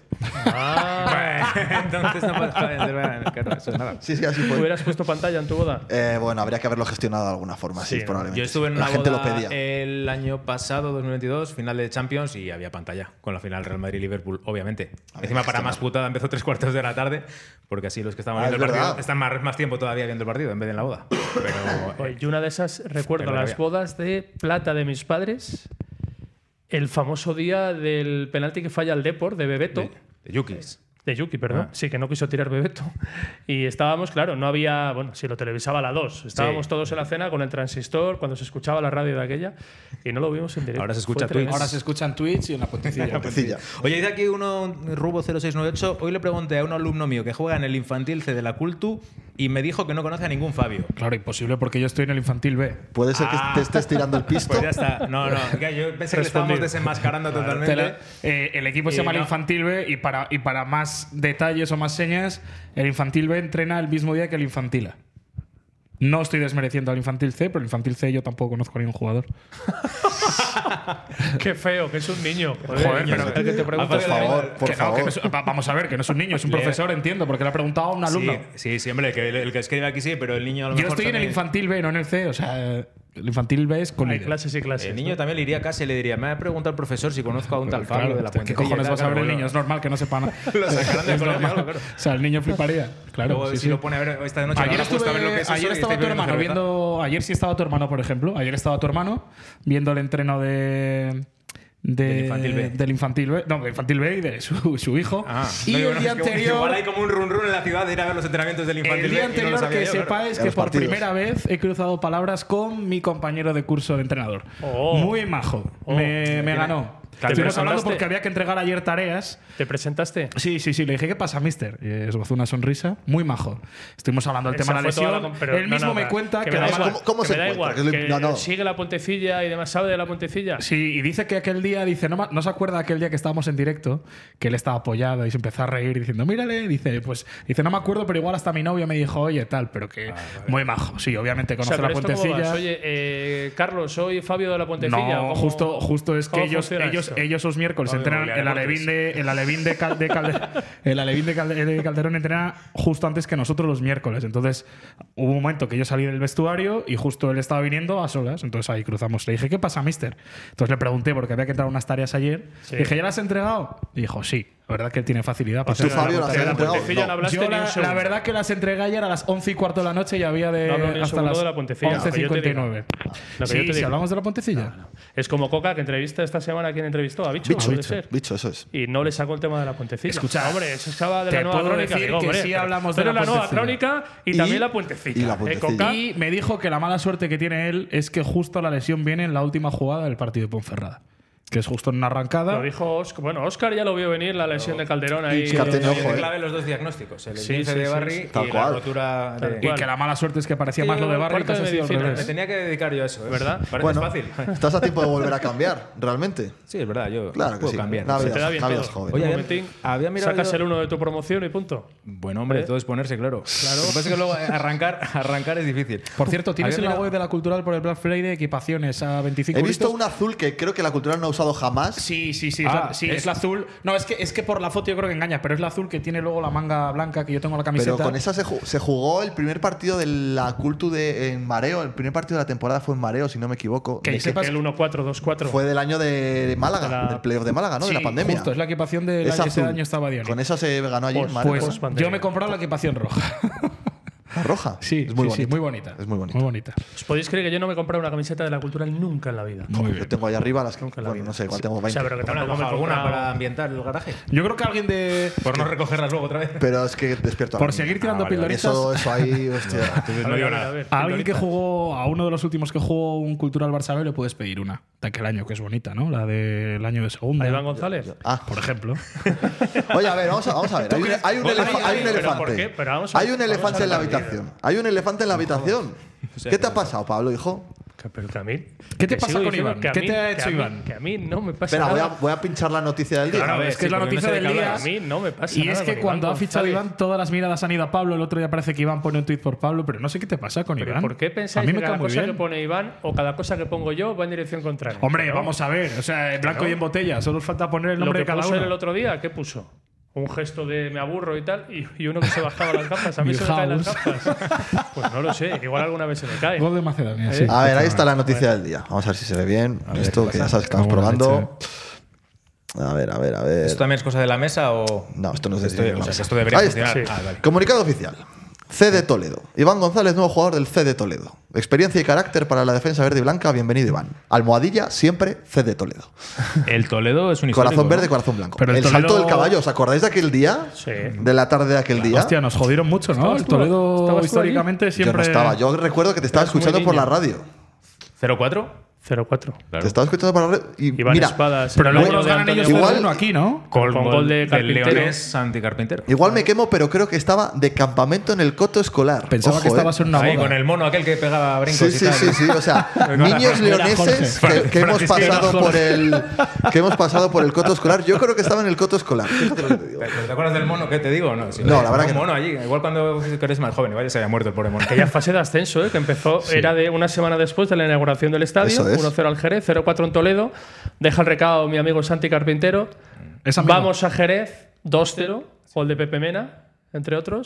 Ah, Entonces no puedes joder, claro, eso es nada. Sí, sí, así fue. ¿hubieras puesto pantalla en tu boda? Eh, bueno, habría que haberlo gestionado de alguna forma, sí, Sí, ¿no? probablemente. Yo estuve en La una gente lo boda pedía. el año pasado, dos mil veintidós, final de Champions, y había pantalla con la final Real Madrid-Liverpool, obviamente. Encima, para más putada, empezó tres cuartos de la tarde, porque así los que estaban Ah, viendo es el partido verdad. están más, más tiempo todavía viendo el partido en vez de en la boda. Pero Oye, y una de esas, recuerdo Pero las había. bodas de plata de mis padres, el famoso día del penalti que falla el Depor de Bebeto. de, de Yukis. De Yuki, perdón. Ah. Sí, que no quiso tirar Bebeto. Y estábamos, claro, no había. Bueno, si lo televisaba a la dos. Estábamos Sí. todos en la cena con el transistor, cuando se escuchaba la radio de aquella, y no lo vimos en directo. Ahora se escucha Fue Twitch. tremendo. Ahora se escucha en Twitch y en la puentecilla. Puentecilla. Oye, dice aquí uno, Rubo cero seis nueve ocho, hoy le pregunté a un alumno mío que juega en el infantil C de la Cultu y me dijo que no conoce a ningún Fabio. Claro, imposible porque yo estoy en el infantil B. Puede ser que Ah. te estés tirando el pisto. Pues ya está. No, no, que yo pensé que le estábamos Respondido. desenmascarando totalmente. Te la- eh, el equipo se Y llama el no. Infantil B y para, y para más detalles o más señas, el Infantil B entrena el mismo día que el Infantil A. No estoy desmereciendo al Infantil C, pero el Infantil C yo tampoco conozco a ningún jugador. Qué feo, que es un niño. Joder, niño, pero- el que te pregunta Por favor, por Que no, que no favor. es- va- vamos a ver, que no es un niño, es un Le- profesor, entiendo, porque le ha preguntado a un alumno. Sí, sí, sí, hombre, el que, el que escribe aquí sí, pero el niño a lo Yo mejor estoy en el también- Infantil B, no en el C. O sea, el Infantil B es con Hay líder. clases y clases. El niño ¿no? también le iría a casa y le diría, me ha preguntado el profesor si conozco a un tal Fabio Claro, de la ¿qué Puentecilla cojones y tal, vas a ver claro, el niño? Es normal que no sepa nada. Lo sacarán del Es colegio, normal. claro. O sea, el niño fliparía. Claro, Luego, sí, si sí. lo pone a ver esta noche, Ayer, lo habrá puesto a ver lo que estuve, es ayer eso y estaba estoy tu bebiendo hermano cerveza. viendo. Ayer sí estaba tu hermano, por ejemplo. Ayer estaba tu hermano viendo el entreno de, de, Del infantil B. del infantil B, no, del infantil B y de su, su hijo. Ah, y no, el no, día es que anterior, igual hay como un run run en la ciudad de ir a ver los entrenamientos del infantil el día B y no lo anterior sabía que yo, claro. sepáis Y a que los por partidos. primera vez he cruzado palabras con mi compañero de curso de entrenador. Oh. Muy majo. Oh. me, me ganó. ¿Te Estuvimos hablando presentaste? porque había que entregar ayer tareas. ¿Te presentaste? Sí, sí, sí. Le dije, ¿qué pasa, mister? Y esbozó una sonrisa. Muy majo. Estuvimos hablando del Esa tema de la fue toda lesión. la- pero Él no, mismo no, me que- cuenta que que, me da la igual, ¿Cómo- cómo que se me da encuentra? igual, Que que no, no. sigue la puentecilla y demás sabe de la puentecilla. Sí, y dice que aquel día, dice, no, ma- no se acuerda aquel día que estábamos en directo, que él estaba apoyado y se empezó a reír diciendo, mírale, dice, pues, dice, no me acuerdo, pero igual hasta mi novio me dijo, oye, tal, pero que muy majo. Sí, obviamente O conoce sea, la pero esto cómo puentecilla. vas? Oye, eh, Carlos, soy Fabio de la puentecilla. No, ¿Cómo- justo, justo es que cómo ellos, funciona ellos, esto? ellos los miércoles Fabio entrenan Mobiliario el alevín de, el alevín de, Cal- de Calde- el alevín de Calde- de Calderón entrena justo antes que nosotros los miércoles. Entonces hubo un momento que yo salí del vestuario y justo él estaba viniendo a solas. Entonces ahí cruzamos. Le dije, ¿qué pasa, mister? Entonces le pregunté porque había que entrar unas tareas ayer. Sí. Dije, ¿ya las has entregado? Y dijo, sí. La verdad que él tiene facilidad para ¿Y tú, hacer- Fabio, las De has la entregado? puentecilla no hablaste Yo ni un la, la segundo. verdad que las entregué ayer a las once y cuarto de la noche y había de No hablo ni un hasta segundo las de la puentecilla, lo once que yo te cincuenta y nueve. diga. Lo que Sí, yo te si diga. hablamos de la puentecilla. Es como Coca, que entrevista esta semana a quien entrevistó, a Bicho, Bicho, puede bicho, ser. bicho, eso es. Y no le sacó el tema de la puentecilla. Escucha, hombre, eso estaba de te la nueva puedo crónica. decir Digo, que hombre, sí pero- hablamos de pero la la nueva puentecilla. crónica y, Y- también la puentecilla. y la ¿eh, puentecilla. Coca? Y me dijo que la mala suerte que tiene él es que justo la lesión viene en la última jugada del partido de Ponferrada. Que es justo en una arrancada. Lo dijo Oscar. Bueno, Oscar ya lo vio venir, la lesión de Calderón ahí. Oscar tenía Tiene ojo, eh. clave los dos diagnósticos, el Sí, esguince sí, de sí, Barry sí. Tal y cual. la rotura Tal de… Y que la mala suerte es que parecía Sí, más lo de Barry, cuarto casi de ha sido al medicina. revés. Me tenía que dedicar yo a eso, ¿eh? ¿Verdad? Parece Bueno, fácil. estás a tiempo de volver a cambiar, realmente. Sí, es verdad, yo Claro que puedo sí. cambiar. La Se vida, te da bien la vida todo. es joven. Oye, Un había- momentín, había mirado sacas yo- el uno de tu promoción y punto. Bueno, hombre, ¿Eh? todo es ponerse, claro. Claro. Lo que pasa es que luego arrancar, arrancar es difícil. Por cierto, tienes Había en la mirado- web de la Cultural por el Black Friday equipaciones a veinticinco He visto euritos. un azul que creo que la cultural no ha usado jamás. Sí, sí, sí, es, Ah, la, sí es- es la azul. No, es que, es que por la foto yo creo que engaña, pero es la azul que tiene luego la manga blanca que yo tengo en la camiseta. Pero con esa se, ju- se jugó el primer partido de la Cultu de, en Mareo. El primer partido de la temporada fue en Mareo, si no me equivoco. Que De sepas- El uno cuatro dos cuatro. fue del año de, de Málaga, De la- del playoff de Málaga, ¿no? Sí, de la pandemia. justo, es la equipación de Es la que ese azul. año estaba Diani. Con esa se ganó allí en Pues- Mareo. Pues ¿no? Post pandemia. yo me he comprado la equipación roja. La roja. Sí, es muy sí, sí, bonita. muy bonita. Es muy bonita. Muy bonita. ¿Os podéis creer que yo no me he comprado una camiseta de la cultural nunca en la vida? Muy Yo tengo ahí arriba las que. Nunca en la Bueno, vida. no sé, igual tengo O veinte. sea, pero que ¿Te tampoco has me he cogido alguna comprado- para ambientar el garaje? Yo creo que alguien de. Por no recogerlas luego otra vez. Pero es que despierto. a Por la seguir niña. tirando Ah, vale, vale. pildoritas. Eso, eso ahí, hostia. A ver, a ver, a ver. A alguien que jugó, a uno de los últimos que jugó un Cultural Barça B, le puedes pedir una de aquel año, que es bonita, ¿no? La del año de segunda. ¿A Iván González? Ah, Por ejemplo. oye, a ver, vamos a, vamos a ver. Hay un, hay un Oye, elefa- oye, hay un ¿pero elefante. por qué? Pero vamos a- hay un vamos a elefante en la ver la habitación. Hay un elefante en la habitación. ¿Qué te ha pasado, Pablo, hijo? Que- Pero que a mí. ¿Qué te que pasa sigo con diciendo Iván? que a ¿Qué mí- te ha que hecho a mí- Iván? Que a mí no me pasa Espera, voy a, nada. voy a pinchar la noticia del día. Claro, ver, es que sí, es la porque no noticia sé de del qué día. hablas. A mí no me pasa Y nada es que con cuando Iván ha fichado González. Iván, todas las miradas han ido a Pablo. El otro día parece que Iván pone un tuit por Pablo, pero no sé qué te pasa con Pero Iván. ¿por qué pensáis a mí que me cada cae muy cosa que bien. pone Iván o cada cosa que pongo yo va en dirección contraria? Hombre, No. vamos a ver. O sea, en blanco no. y en botella. Solo os falta poner el Lo nombre que de cada puso él uno. el otro día, ¿qué puso? Un gesto de me aburro y tal, y, y uno que se bajaba las gafas. A mí se me caen las Milhouse. gafas. Pues no lo sé, igual alguna vez se me cae. Gol de Macedonia, Eh, sí. A ver, ahí está la noticia del día. Vamos a ver si se ve bien. Esto que ya sabes que estamos Buena probando. A ver, a ver, a ver. ¿Esto también es cosa de la mesa o.? No, esto no es de esto, de o la sea, mesa. que esto debería Ahí está. funcionar. Sí. Ah, vale. Comunicado oficial. C D Toledo. Iván González, nuevo jugador del C D Toledo. Experiencia y carácter para la defensa verde y blanca. Bienvenido, Iván. Almohadilla, siempre C D Toledo. El Toledo es un Corazón histórico, verde, ¿no? corazón blanco. Pero el el salto Toledo- del caballo. ¿Os acordáis de aquel día? Sí. De la tarde de aquel día. Hostia, nos jodieron mucho, ¿no? ¿Estabas El tú- Toledo estabas tú históricamente Yo siempre. no estaba. Yo recuerdo que te estaba Eras muy escuchando por niño. la radio. ¿cero cuatro? cero cuatro. Te estaba escuchando por la radio. Y Iván mira, Espadas. Pero el luego año nos de ganan Antonio ellos Igual- tres uno aquí, ¿no? Con, con gol de del Carpintero. Leonés Santi Carpintero. igual me quemo, pero creo que estaba de campamento en el coto escolar. Pensaba Ojo, que eh. estabas en una Ahí boda. con el mono aquel que pegaba brincos Sí, y sí, tal. sí, sí. O sea, niños Era leoneses Jorge. que, que hemos Francisco era pasado por Jorge. el que hemos pasado por el coto escolar. Yo creo que estaba en el coto escolar. Fíjate lo que te digo. ¿Pero ¿Te acuerdas del mono que te digo? No, sí, No, la verdad un que no. mono allí. Igual cuando eres más joven, igual ya se había muerto el pobre mono. Aquella fase de ascenso, ¿eh? Que empezó, era de una semana después de la inauguración del estadio, Eso es. uno cero al Jerez, cero cuatro en Toledo. Deja el recado mi amigo Santi Carpintero. Es amigo. Vamos a Jerez, dos cero, gol de Pepe Mena, entre otros.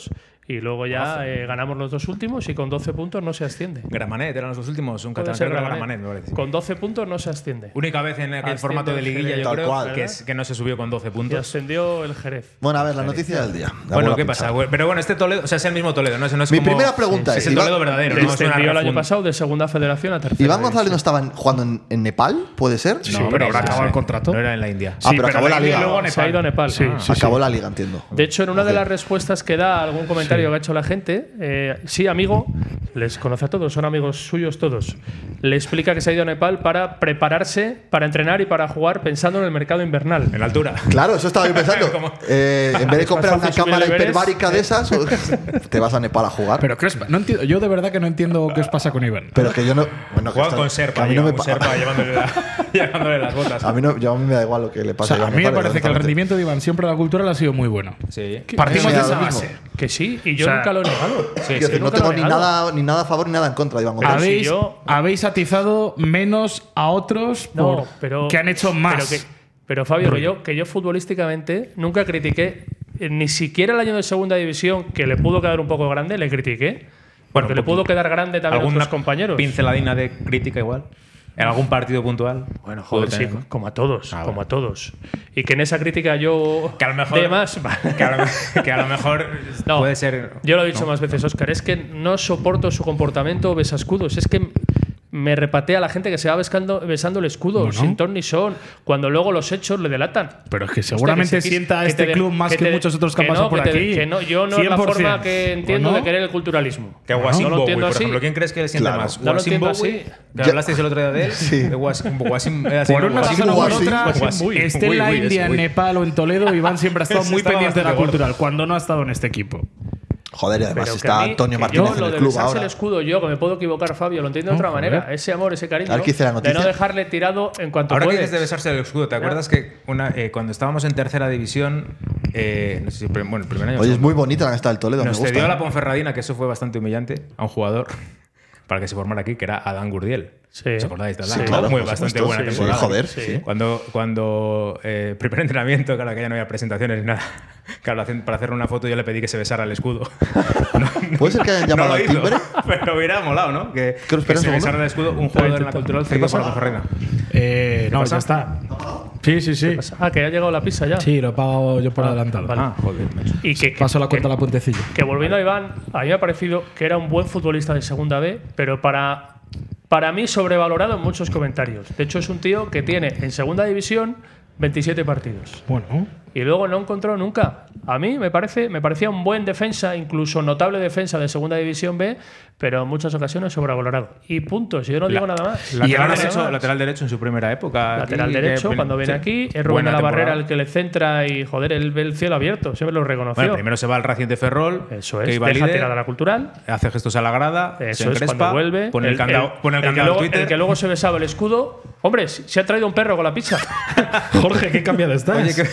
y luego ya eh, ganamos los dos últimos y con doce puntos no se asciende. Gramenet eran los dos últimos, un Puede catalán ser que era Gramenet. Gramenet, me parece. Con doce puntos no se asciende. Única vez en aquel Asciende formato de el liguilla, Jerez. yo Tal creo, cual. que, es, que no se subió con doce Y puntos. ascendió el Jerez. Bueno, a ver, la noticia del día. La Bueno, vuelvo a ¿qué pinchar. pasa? Pero bueno, este Toledo, o sea, es el mismo Toledo, no es, no es Mi como- primera pregunta es es, el Iván- Toledo verdadero, no es una Descendió el año refund- pasado de segunda federación a tercera. Iván González no división. estaba en- jugando en, en Nepal, ¿puede ser? Sí, pero ahora acaba el contrato. No era en la India. Ah, pero acabó la India liga. y luego a Se ha ido a Nepal. Sí, Ah. sí, Acabó sí. la liga, entiendo. De hecho, en una de Ok. las respuestas que da a algún comentario que ha hecho la gente, eh, sí, amigo, les conoce a todos, son amigos suyos todos. Le explica que se ha ido a Nepal para prepararse, para entrenar y para jugar pensando en el mercado invernal. En la altura. Claro, eso estaba yo pensando. ¿Cómo? Eh, en vez de Es comprar más una fácil subir cámara el Everest, hiperbárica de esas, te vas a Nepal a jugar. Pero ¿qué os, no entiendo, yo de verdad que no entiendo qué os pasa con Iván. Pero que yo no. Bueno, que Juega esto- con que Serpa, a mí no me un pa- Serpa llevándole, la- llevándole las botas. A mí, no, yo a mí me da igual lo que le O pase. sea, a mí me parece que el rendimiento de Iván siempre a la cultural ha sido muy bueno. Sí. Partimos Sí, de sí, esa lo mismo. base. Que sí, y yo O sea, nunca lo he negado. Sí, Quiero sí, decir, no nunca lo tengo he ni negado. nada, ni nada a favor ni nada en contra de Iván González. Habéis, yo- habéis atizado menos a otros por- No, pero, que han hecho más. Pero, que- pero, Fabio, que yo, que yo futbolísticamente nunca critiqué, eh, ni siquiera el año de segunda división, que le pudo quedar un poco grande, le critiqué. Bueno, Porque le un pudo poquito. quedar grande también a ¿Alguna otros compañeros. pinceladina de crítica igual? ¿En algún partido puntual? Bueno, Joder, sí, como a todos, Ah, como bueno. a todos. Y que en esa crítica yo Que a lo mejor. de más. Que a lo, que a lo mejor No, puede ser. Yo lo he dicho ¿no? más veces, Óscar, es que no soporto su comportamiento besascudos. Es que me repatea a la gente que se va besando, besando el escudo, Bueno. sin ton ni son, cuando luego los hechos le delatan. Pero es que seguramente Hostia, que se quis- sienta a que este te- club más que, te- muchos otros que han que pasado no, por que te- aquí. que no, yo no es la cien por cien. forma que entiendo ¿O no? de querer el culturalismo. Que Wasim no lo Bowie, entiendo por así. ejemplo, ¿quién crees que le siente Claro. más? No lo ¿Wasim entiendo Bowie? así. Que hablasteis el otro día de él. Sí. De Wasim, Wasim, eh, así, Por una Wasim razón o por Wasim, otra, Wasim. esté en Uy, la uy, India, ese, en uy. Nepal o en Toledo, Iván siempre ha estado Ese muy estaba pendiente de la bastante cultural, cuando no ha estado en este equipo. Joder, y además Pero que está a mí- Antonio que Martínez yo en lo el de club besarse ahora. el escudo, yo que me puedo equivocar, Fabio, lo entiendo de No, otra joder. manera. Ese amor, ese cariño. A ver, ¿qué dice la de no noticia? dejarle tirado en cuanto Ahora que puedes. dices de besarse el escudo, ¿te acuerdas que una, eh, cuando estábamos en tercera división, eh, no sé si, prim- bueno, el primer año Oye, es muy bonita la amistad del Toledo, nos me gusta. cedió a la ¿eh? Ponferradina, que eso fue bastante humillante, a un jugador para que se formara aquí, que era Adán Gurdiel. Sí. ¿Os acordáis de Adán? Sí, ¿no? claro, Muy por bastante supuesto, buena sí, temporada. sí, joder, Sí. sí. Cuando, cuando eh, primer entrenamiento, claro, que ya no había presentaciones ni nada. Claro, hacen- para hacer una foto yo le pedí que se besara el escudo. No, ¿Puede ser que hayan llamado no lo al hizo, timbre? Pero hubiera molado, ¿no? Que, ¿Qué os espera que un se segundo? besara el escudo un jugador en la cultural cedido por la Ponferradina. Eh, no, pasa? ya está. Sí, sí, sí. Ah, que ha llegado la pizza ya. Sí, lo he pagado yo por adelantado. vale. Ah, joder, macho. Y que, que- Paso la cuenta que- a la puentecilla. que volviendo a Iván, a mí me ha parecido que era un buen futbolista de segunda B, pero para, para mí sobrevalorado en muchos comentarios. De hecho, es un tío que tiene en segunda división veintisiete partidos. Bueno, Y luego no encontró nunca. A mí me parece me parecía un buen defensa, incluso notable defensa de segunda división B, pero en muchas ocasiones sobrevalorado. Y punto, si yo no digo La- nada más. Lateral, Nada derecho, más. lateral derecho en su primera época. Lateral aquí, derecho, que- cuando viene sí. aquí, es Rubén Buena de la Barrera temporada. el que le centra y, joder, él ve el cielo abierto. Siempre lo reconoció. Bueno, primero se va al Racing de Ferrol, Eso que es, iba deja líder, tirada la cultural. hace gestos a la grada, se Eso es, encrespa, cuando vuelve. pone el, candado, pone el el que candado luego, en Twitter. el que luego se besaba el escudo. Hombre, si- se ha traído un perro con la pizza. Jorge, qué cambiado estás. Oye, que-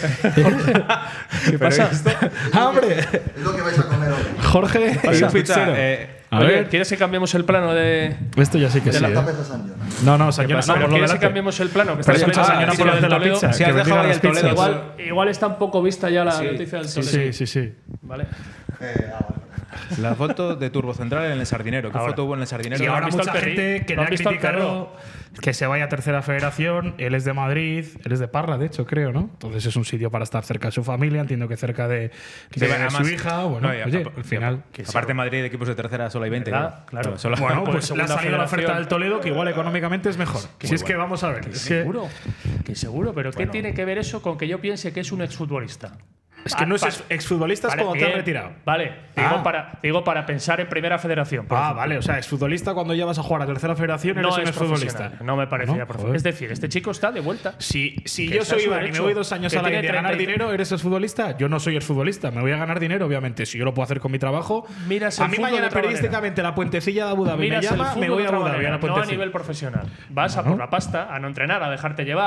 ¿Qué pasa? ¡Ah, hombre! Es lo que vais a comer hoy. Jorge, Oye, y un escucha, pizzero. eh, A Oye, ver, ¿quieres que cambiemos el plano de. esto ya sí que de sí. la ¿eh? Tapes de San John. No, no, Sayona, Pasa, no, pero por lo ¿quieres que delante. cambiemos el plano? Que Pero está escucha, la Sayona, noticia por lo del de la Toledo. pizza. Si has que me dejado diga ahí las el Toledo, pizzas. Igual, igual está un poco vista ya la noticia del Sí, Toledo. sí, sí, sí. ¿Vale? la foto de Turbo Central en el Sardinero. ¿Qué Ahora. foto hubo en el Sardinero? Y ¿No ahora han visto mucha al perri? gente que ¿No le han ha visto al criticado que se vaya a tercera federación. Él es de Madrid, él es de Parla, de hecho, creo, ¿no? Entonces es un sitio para estar cerca de su familia, entiendo que cerca de, Sí, de además- su hija. Bueno, no, y a- oye, a- al final. Aparte de Madrid, de equipos de tercera solo hay veinte. ¿Verdad? Claro. Solo- Bueno, Pues pues le ha segunda salido la oferta federación. del Toledo, que igual económicamente es mejor. Si es que vamos a ver. Es que, Seguro. Que seguro. Pero ¿qué tiene que ver eso con que yo piense que es un exfutbolista? es que no es ex- exfutbolista, es Vale, cuando te bien. has retirado. Vale, digo, Ah. para, digo para pensar en primera federación. por Ah, ejemplo. vale, o sea, exfutbolista cuando ya vas a jugar a tercera federación eres No un es exfutbolista. profesional. No me parecía ¿No? profesional. Joder. Es decir, este chico está de vuelta. Si, si Que yo está soy a su Iván y me derecho, voy dos años que a la tiene India a ganar treinta y- dinero, ¿eres exfutbolista? Yo no soy exfutbolista, me voy a ganar dinero, obviamente. Si yo lo puedo hacer con mi trabajo. Miras a el mí fútbol de mañana otra periodísticamente la puentecilla de Abu Dhabi me Miras el llama, fútbol me voy de a otra Abu Dhabi a manera, la no a puentecilla. nivel profesional. Vas a por la pasta, a no entrenar, a dejarte llevar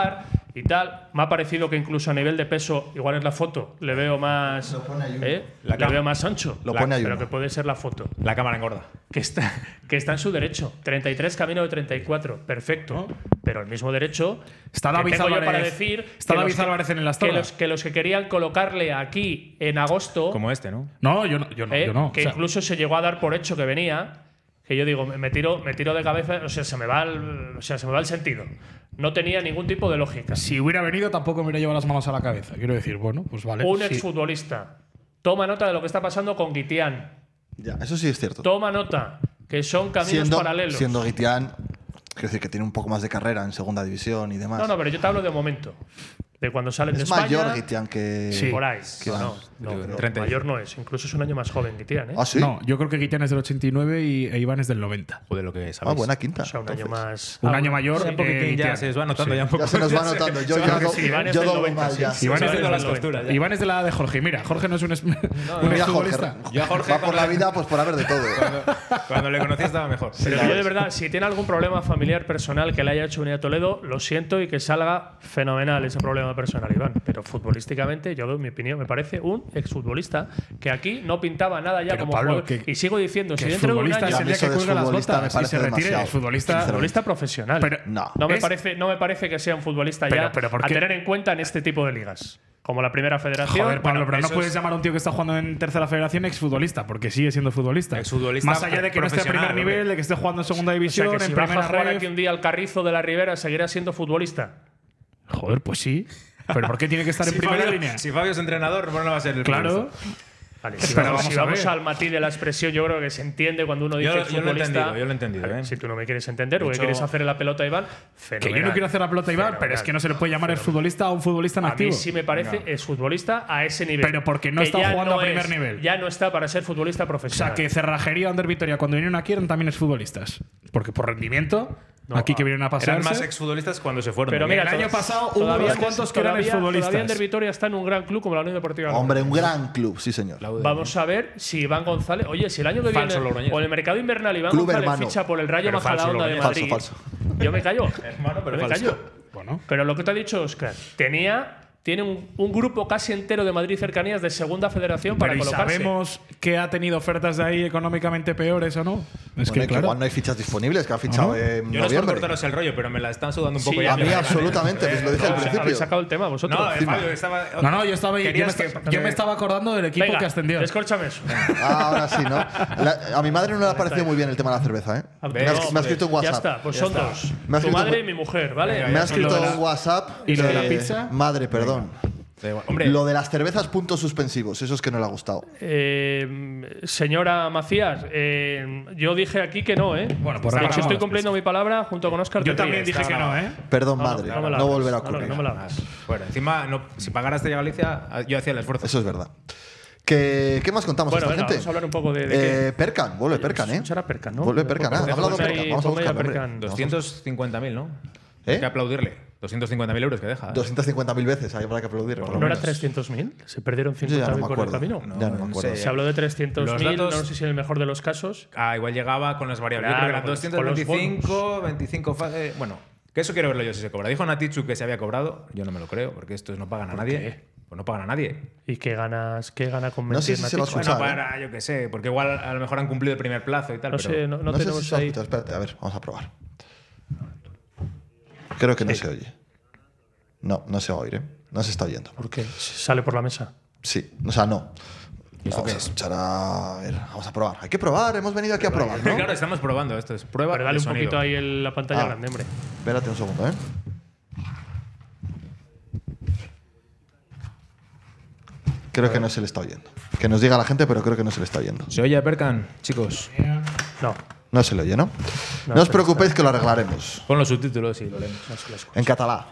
y tal. Me ha parecido que incluso a nivel de peso, igual es la foto, le veo más. Lo pone ahí uno. ¿eh? La Le cam- veo más ancho. Lo La- pone ahí pero uno. que puede ser la foto. La cámara engorda. Que está, que está en su derecho. treinta y tres camino de treinta y cuatro. Perfecto. Pero el mismo derecho. Está que David tengo yo Álvarez- para decir. está que David los que- Álvarez en las que tablas. los, que los que querían colocarle aquí en agosto. Como este, ¿no? No, yo no. Yo no, ¿eh? yo no. Que O sea, incluso se llegó a dar por hecho que venía. Que yo digo, me me tiro, me tiro de cabeza, o sea, se me va el, o sea, se me va el sentido. No tenía ningún tipo de lógica. si hubiera venido, tampoco me hubiera llevado las manos a la cabeza. Quiero decir, bueno, pues vale. Un sí. exfutbolista. Toma nota de lo que está pasando con Guitián. Ya, eso sí es cierto. Toma nota. Que son caminos Siendo, paralelos. siendo Guitián, quiero decir que tiene un poco más de carrera en segunda división y demás. No, no, pero yo te hablo de momento. De cuando salen de es España. mayor Guitián que. Sí. Por ahí. que No, no, vamos. no, no, treinta y- mayor no es. Incluso es un año más joven Guitián, ¿eh? Ah, sí. No, yo creo que Guitián es del ochenta y nueve y e Iván es del noventa. Joder, lo que Ah, sabéis. buena quinta. O sea, un año entonces. más. Un Ah, año mayor. Sí, un poquitín eh, ya Guitián. se os va notando Sí. ya un poco. Ya se nos va se- notando. se Yo va ya notando. do- sí, Iván es yo del doblo noventa, mal ya. sí. Iván es Iván de es las del costuras. ya. Iván es de la de Jorge. Mira, Jorge no es un, es- un Mira, Jorge. exfutbolista. Yo a Jorge Va por cuando- la vida pues por haber de todo. Cuando le conocí estaba mejor. Pero yo de verdad, si tiene algún problema familiar personal que le haya hecho venir a Toledo, lo siento y que salga fenomenal ese problema personal, Iván. Pero futbolísticamente, yo doy mi opinión, me parece un exfutbolista que aquí no pintaba nada ya Pero, como Pablo, jugador. que- Y sigo diciendo, si Que dentro de un futbolista año. es el día Eso que de cuelga las futbolista botas me y parece se retire. demasiado. Es futbolista. Futbolista profesional. Pero- No. No me, Es- parece, no me parece que sea un futbolista Pero- ya pero ¿por a qué? tener en cuenta en este tipo de ligas. Como la primera federación. Joder, Pablo, Bueno, pero no eso puedes es- llamar a un tío que está jugando en tercera federación exfutbolista, porque sigue siendo futbolista. Exfutbolista Más allá de que no esté a primer profesional, nivel, hombre. de que esté jugando en segunda O sea, división, que si en baja a primera jugar ref. aquí un día al Carrizo de la Ribera, seguirá siendo futbolista. Joder, pues sí. Pero ¿por qué tiene que estar en Si primera Fabio, línea? si Fabio es entrenador, bueno, no va a ser el Claro. futbolista. Vale, si Pero vamos, vamos si a vamos ver. al matiz de la expresión, yo creo que se entiende cuando uno dice Yo- yo lo he futbolista. entendido, yo lo he entendido, Vale, ¿eh? Si tú no me quieres entender o que hecho- quieres hacerle la pelota a Iván, Que fenomenal. yo no quiero hacer la pelota a Iván, pero es que no se le puede llamar exfutbolista a un futbolista en A activo. mí sí me parece es futbolista a ese nivel. Pero porque no Que está ya jugando no a primer es- nivel. Ya no está para ser futbolista O profesional. sea, que Cerrajería o Ander Vitoria, cuando vinieron aquí, eran también exfutbolistas. Porque por rendimiento, No, aquí que vinieron a pasarse. Eran más exfutbolistas cuando se fueron. Pero ¿eh? mira, el año to- pasado hubo todavía unos Ander- cuantos que eran todavía- exfutbolistas. Todavía Ander Vitoria está en un gran club como la Unión Deportiva Logroño. Hombre, un gran club, sí, señor. Vamos a ver si Iván González. Oye, si el año que Falso viene. logroñés. O en el mercado invernal Iván Club González hermano. ficha por el Rayo Pero falso Majadahonda de logroñés. Madrid. Falso, Yo me callo. Hermano, pero Yo me falso. callo. Bueno. Pero lo que te ha dicho Óscar, tenía. Tiene un, un grupo casi entero de Madrid cercanías de segunda federación para Pero ¿y colocarse. sabemos que ha tenido ofertas de ahí económicamente peores o no? Es Bueno, que, que claro. igual no hay fichas disponibles, que ha fichado Ajá. en Yo no es por noviembre. cortaros el rollo, pero me la están sudando un Sí, poco ya. A mí absolutamente, pues lo dije al No, principio. habéis sacado el tema vosotros. No, eh, encima. Fabio, estaba. No, no, yo estaba ahí. Yo me, Querías esta- que- yo me estaba acordando del equipo Venga, que ascendió. descórchame eso. Ah, ahora sí, ¿no? La- a mi madre no le ha parecido muy bien el tema de la cerveza, ¿eh? No, Me ha, me ha escrito en Ya WhatsApp. está, pues Ya son está. dos. Me ha Tu escrito- madre y mi mujer, ¿vale? Venga, Me ha ya escrito lo de la- en WhatsApp. ¿Y lo de la eh, pizza? Madre, perdón. Da igual. Hombre, Lo de las cervezas, puntos suspensivos. Eso es que no le ha gustado. Eh, señora Macías, eh, yo dije aquí que no, ¿eh? Bueno, pues de ahora hecho, estoy vamos. cumpliendo mi palabra junto con Oscar. Yo te también ríes, dije está que no, grabado. ¿eh? Perdón, No, no, madre. no No, me la hagas, volverá a no, no, ocurrir. no me la hagas. bueno, encima, no, si pagara este Galicia, yo hacía el esfuerzo. Eso es verdad. ¿Qué, qué más contamos Bueno, a esta venga, gente? vamos a hablar un poco de- de eh, Percan, vuelve Percan, ¿eh? Será Percan, ¿no? Vuelve Percan, ¿eh? Ponme Ha hablado ahí- Percan. Vamos a ponme ahí a buscarlo, hombre. Percan. doscientos cincuenta mil, ¿no? ¿Eh? Hay que aplaudirle. doscientos cincuenta mil euros que deja. doscientos cincuenta mil veces, ahí habrá que aplaudir. por lo ¿No eran menos. trescientos mil? ¿Se perdieron Yo ya cincuenta no mil me por el acuerdo. camino? Ya no me No acuerdo. sé. Se habló de trescientos Los mil, datos- no sé si en el mejor de los casos. Ah, igual llegaba con las variables. Claro, Yo creo que eran con los- doscientos con los veinticinco, veinticinco. fa- eh, bueno, que eso quiero verlo yo si se cobra. Dijo Natichu que se había cobrado. Yo no me lo creo, porque estos no pagan a nadie. qué? Pues no pagan a nadie. ¿Y qué ganas, qué gana con No sé mentir, si se va a Natichu? escuchar. Bueno, ¿eh? para, yo qué sé, porque igual a lo mejor han cumplido el primer plazo y tal. No pero sé, no, no No, sé si tenemos se ha ahí. escuchado. Espérate, a ver, vamos a probar. Creo que no se oye. No, no se va a oír, ¿eh? No se está oyendo. ¿Por qué? Sale por la mesa. Sí, o sea, no. ¿Y esto Vamos qué a es? escuchar a... a ver, vamos a probar. Hay que probar, hemos venido aquí a probar, ¿no? Claro, estamos probando esto. Es prueba Pero dale de un sonido. poquito ahí en la pantalla Ah. grande, hombre. Espérate un segundo, ¿eh? Creo que no se le está oyendo. Que nos diga la gente, pero creo que no se le está oyendo. ¿Se oye, Percan, chicos? No. No se le oye, ¿no? No, os preocupéis que lo arreglaremos. Pon los subtítulos y lo leemos. En catalán.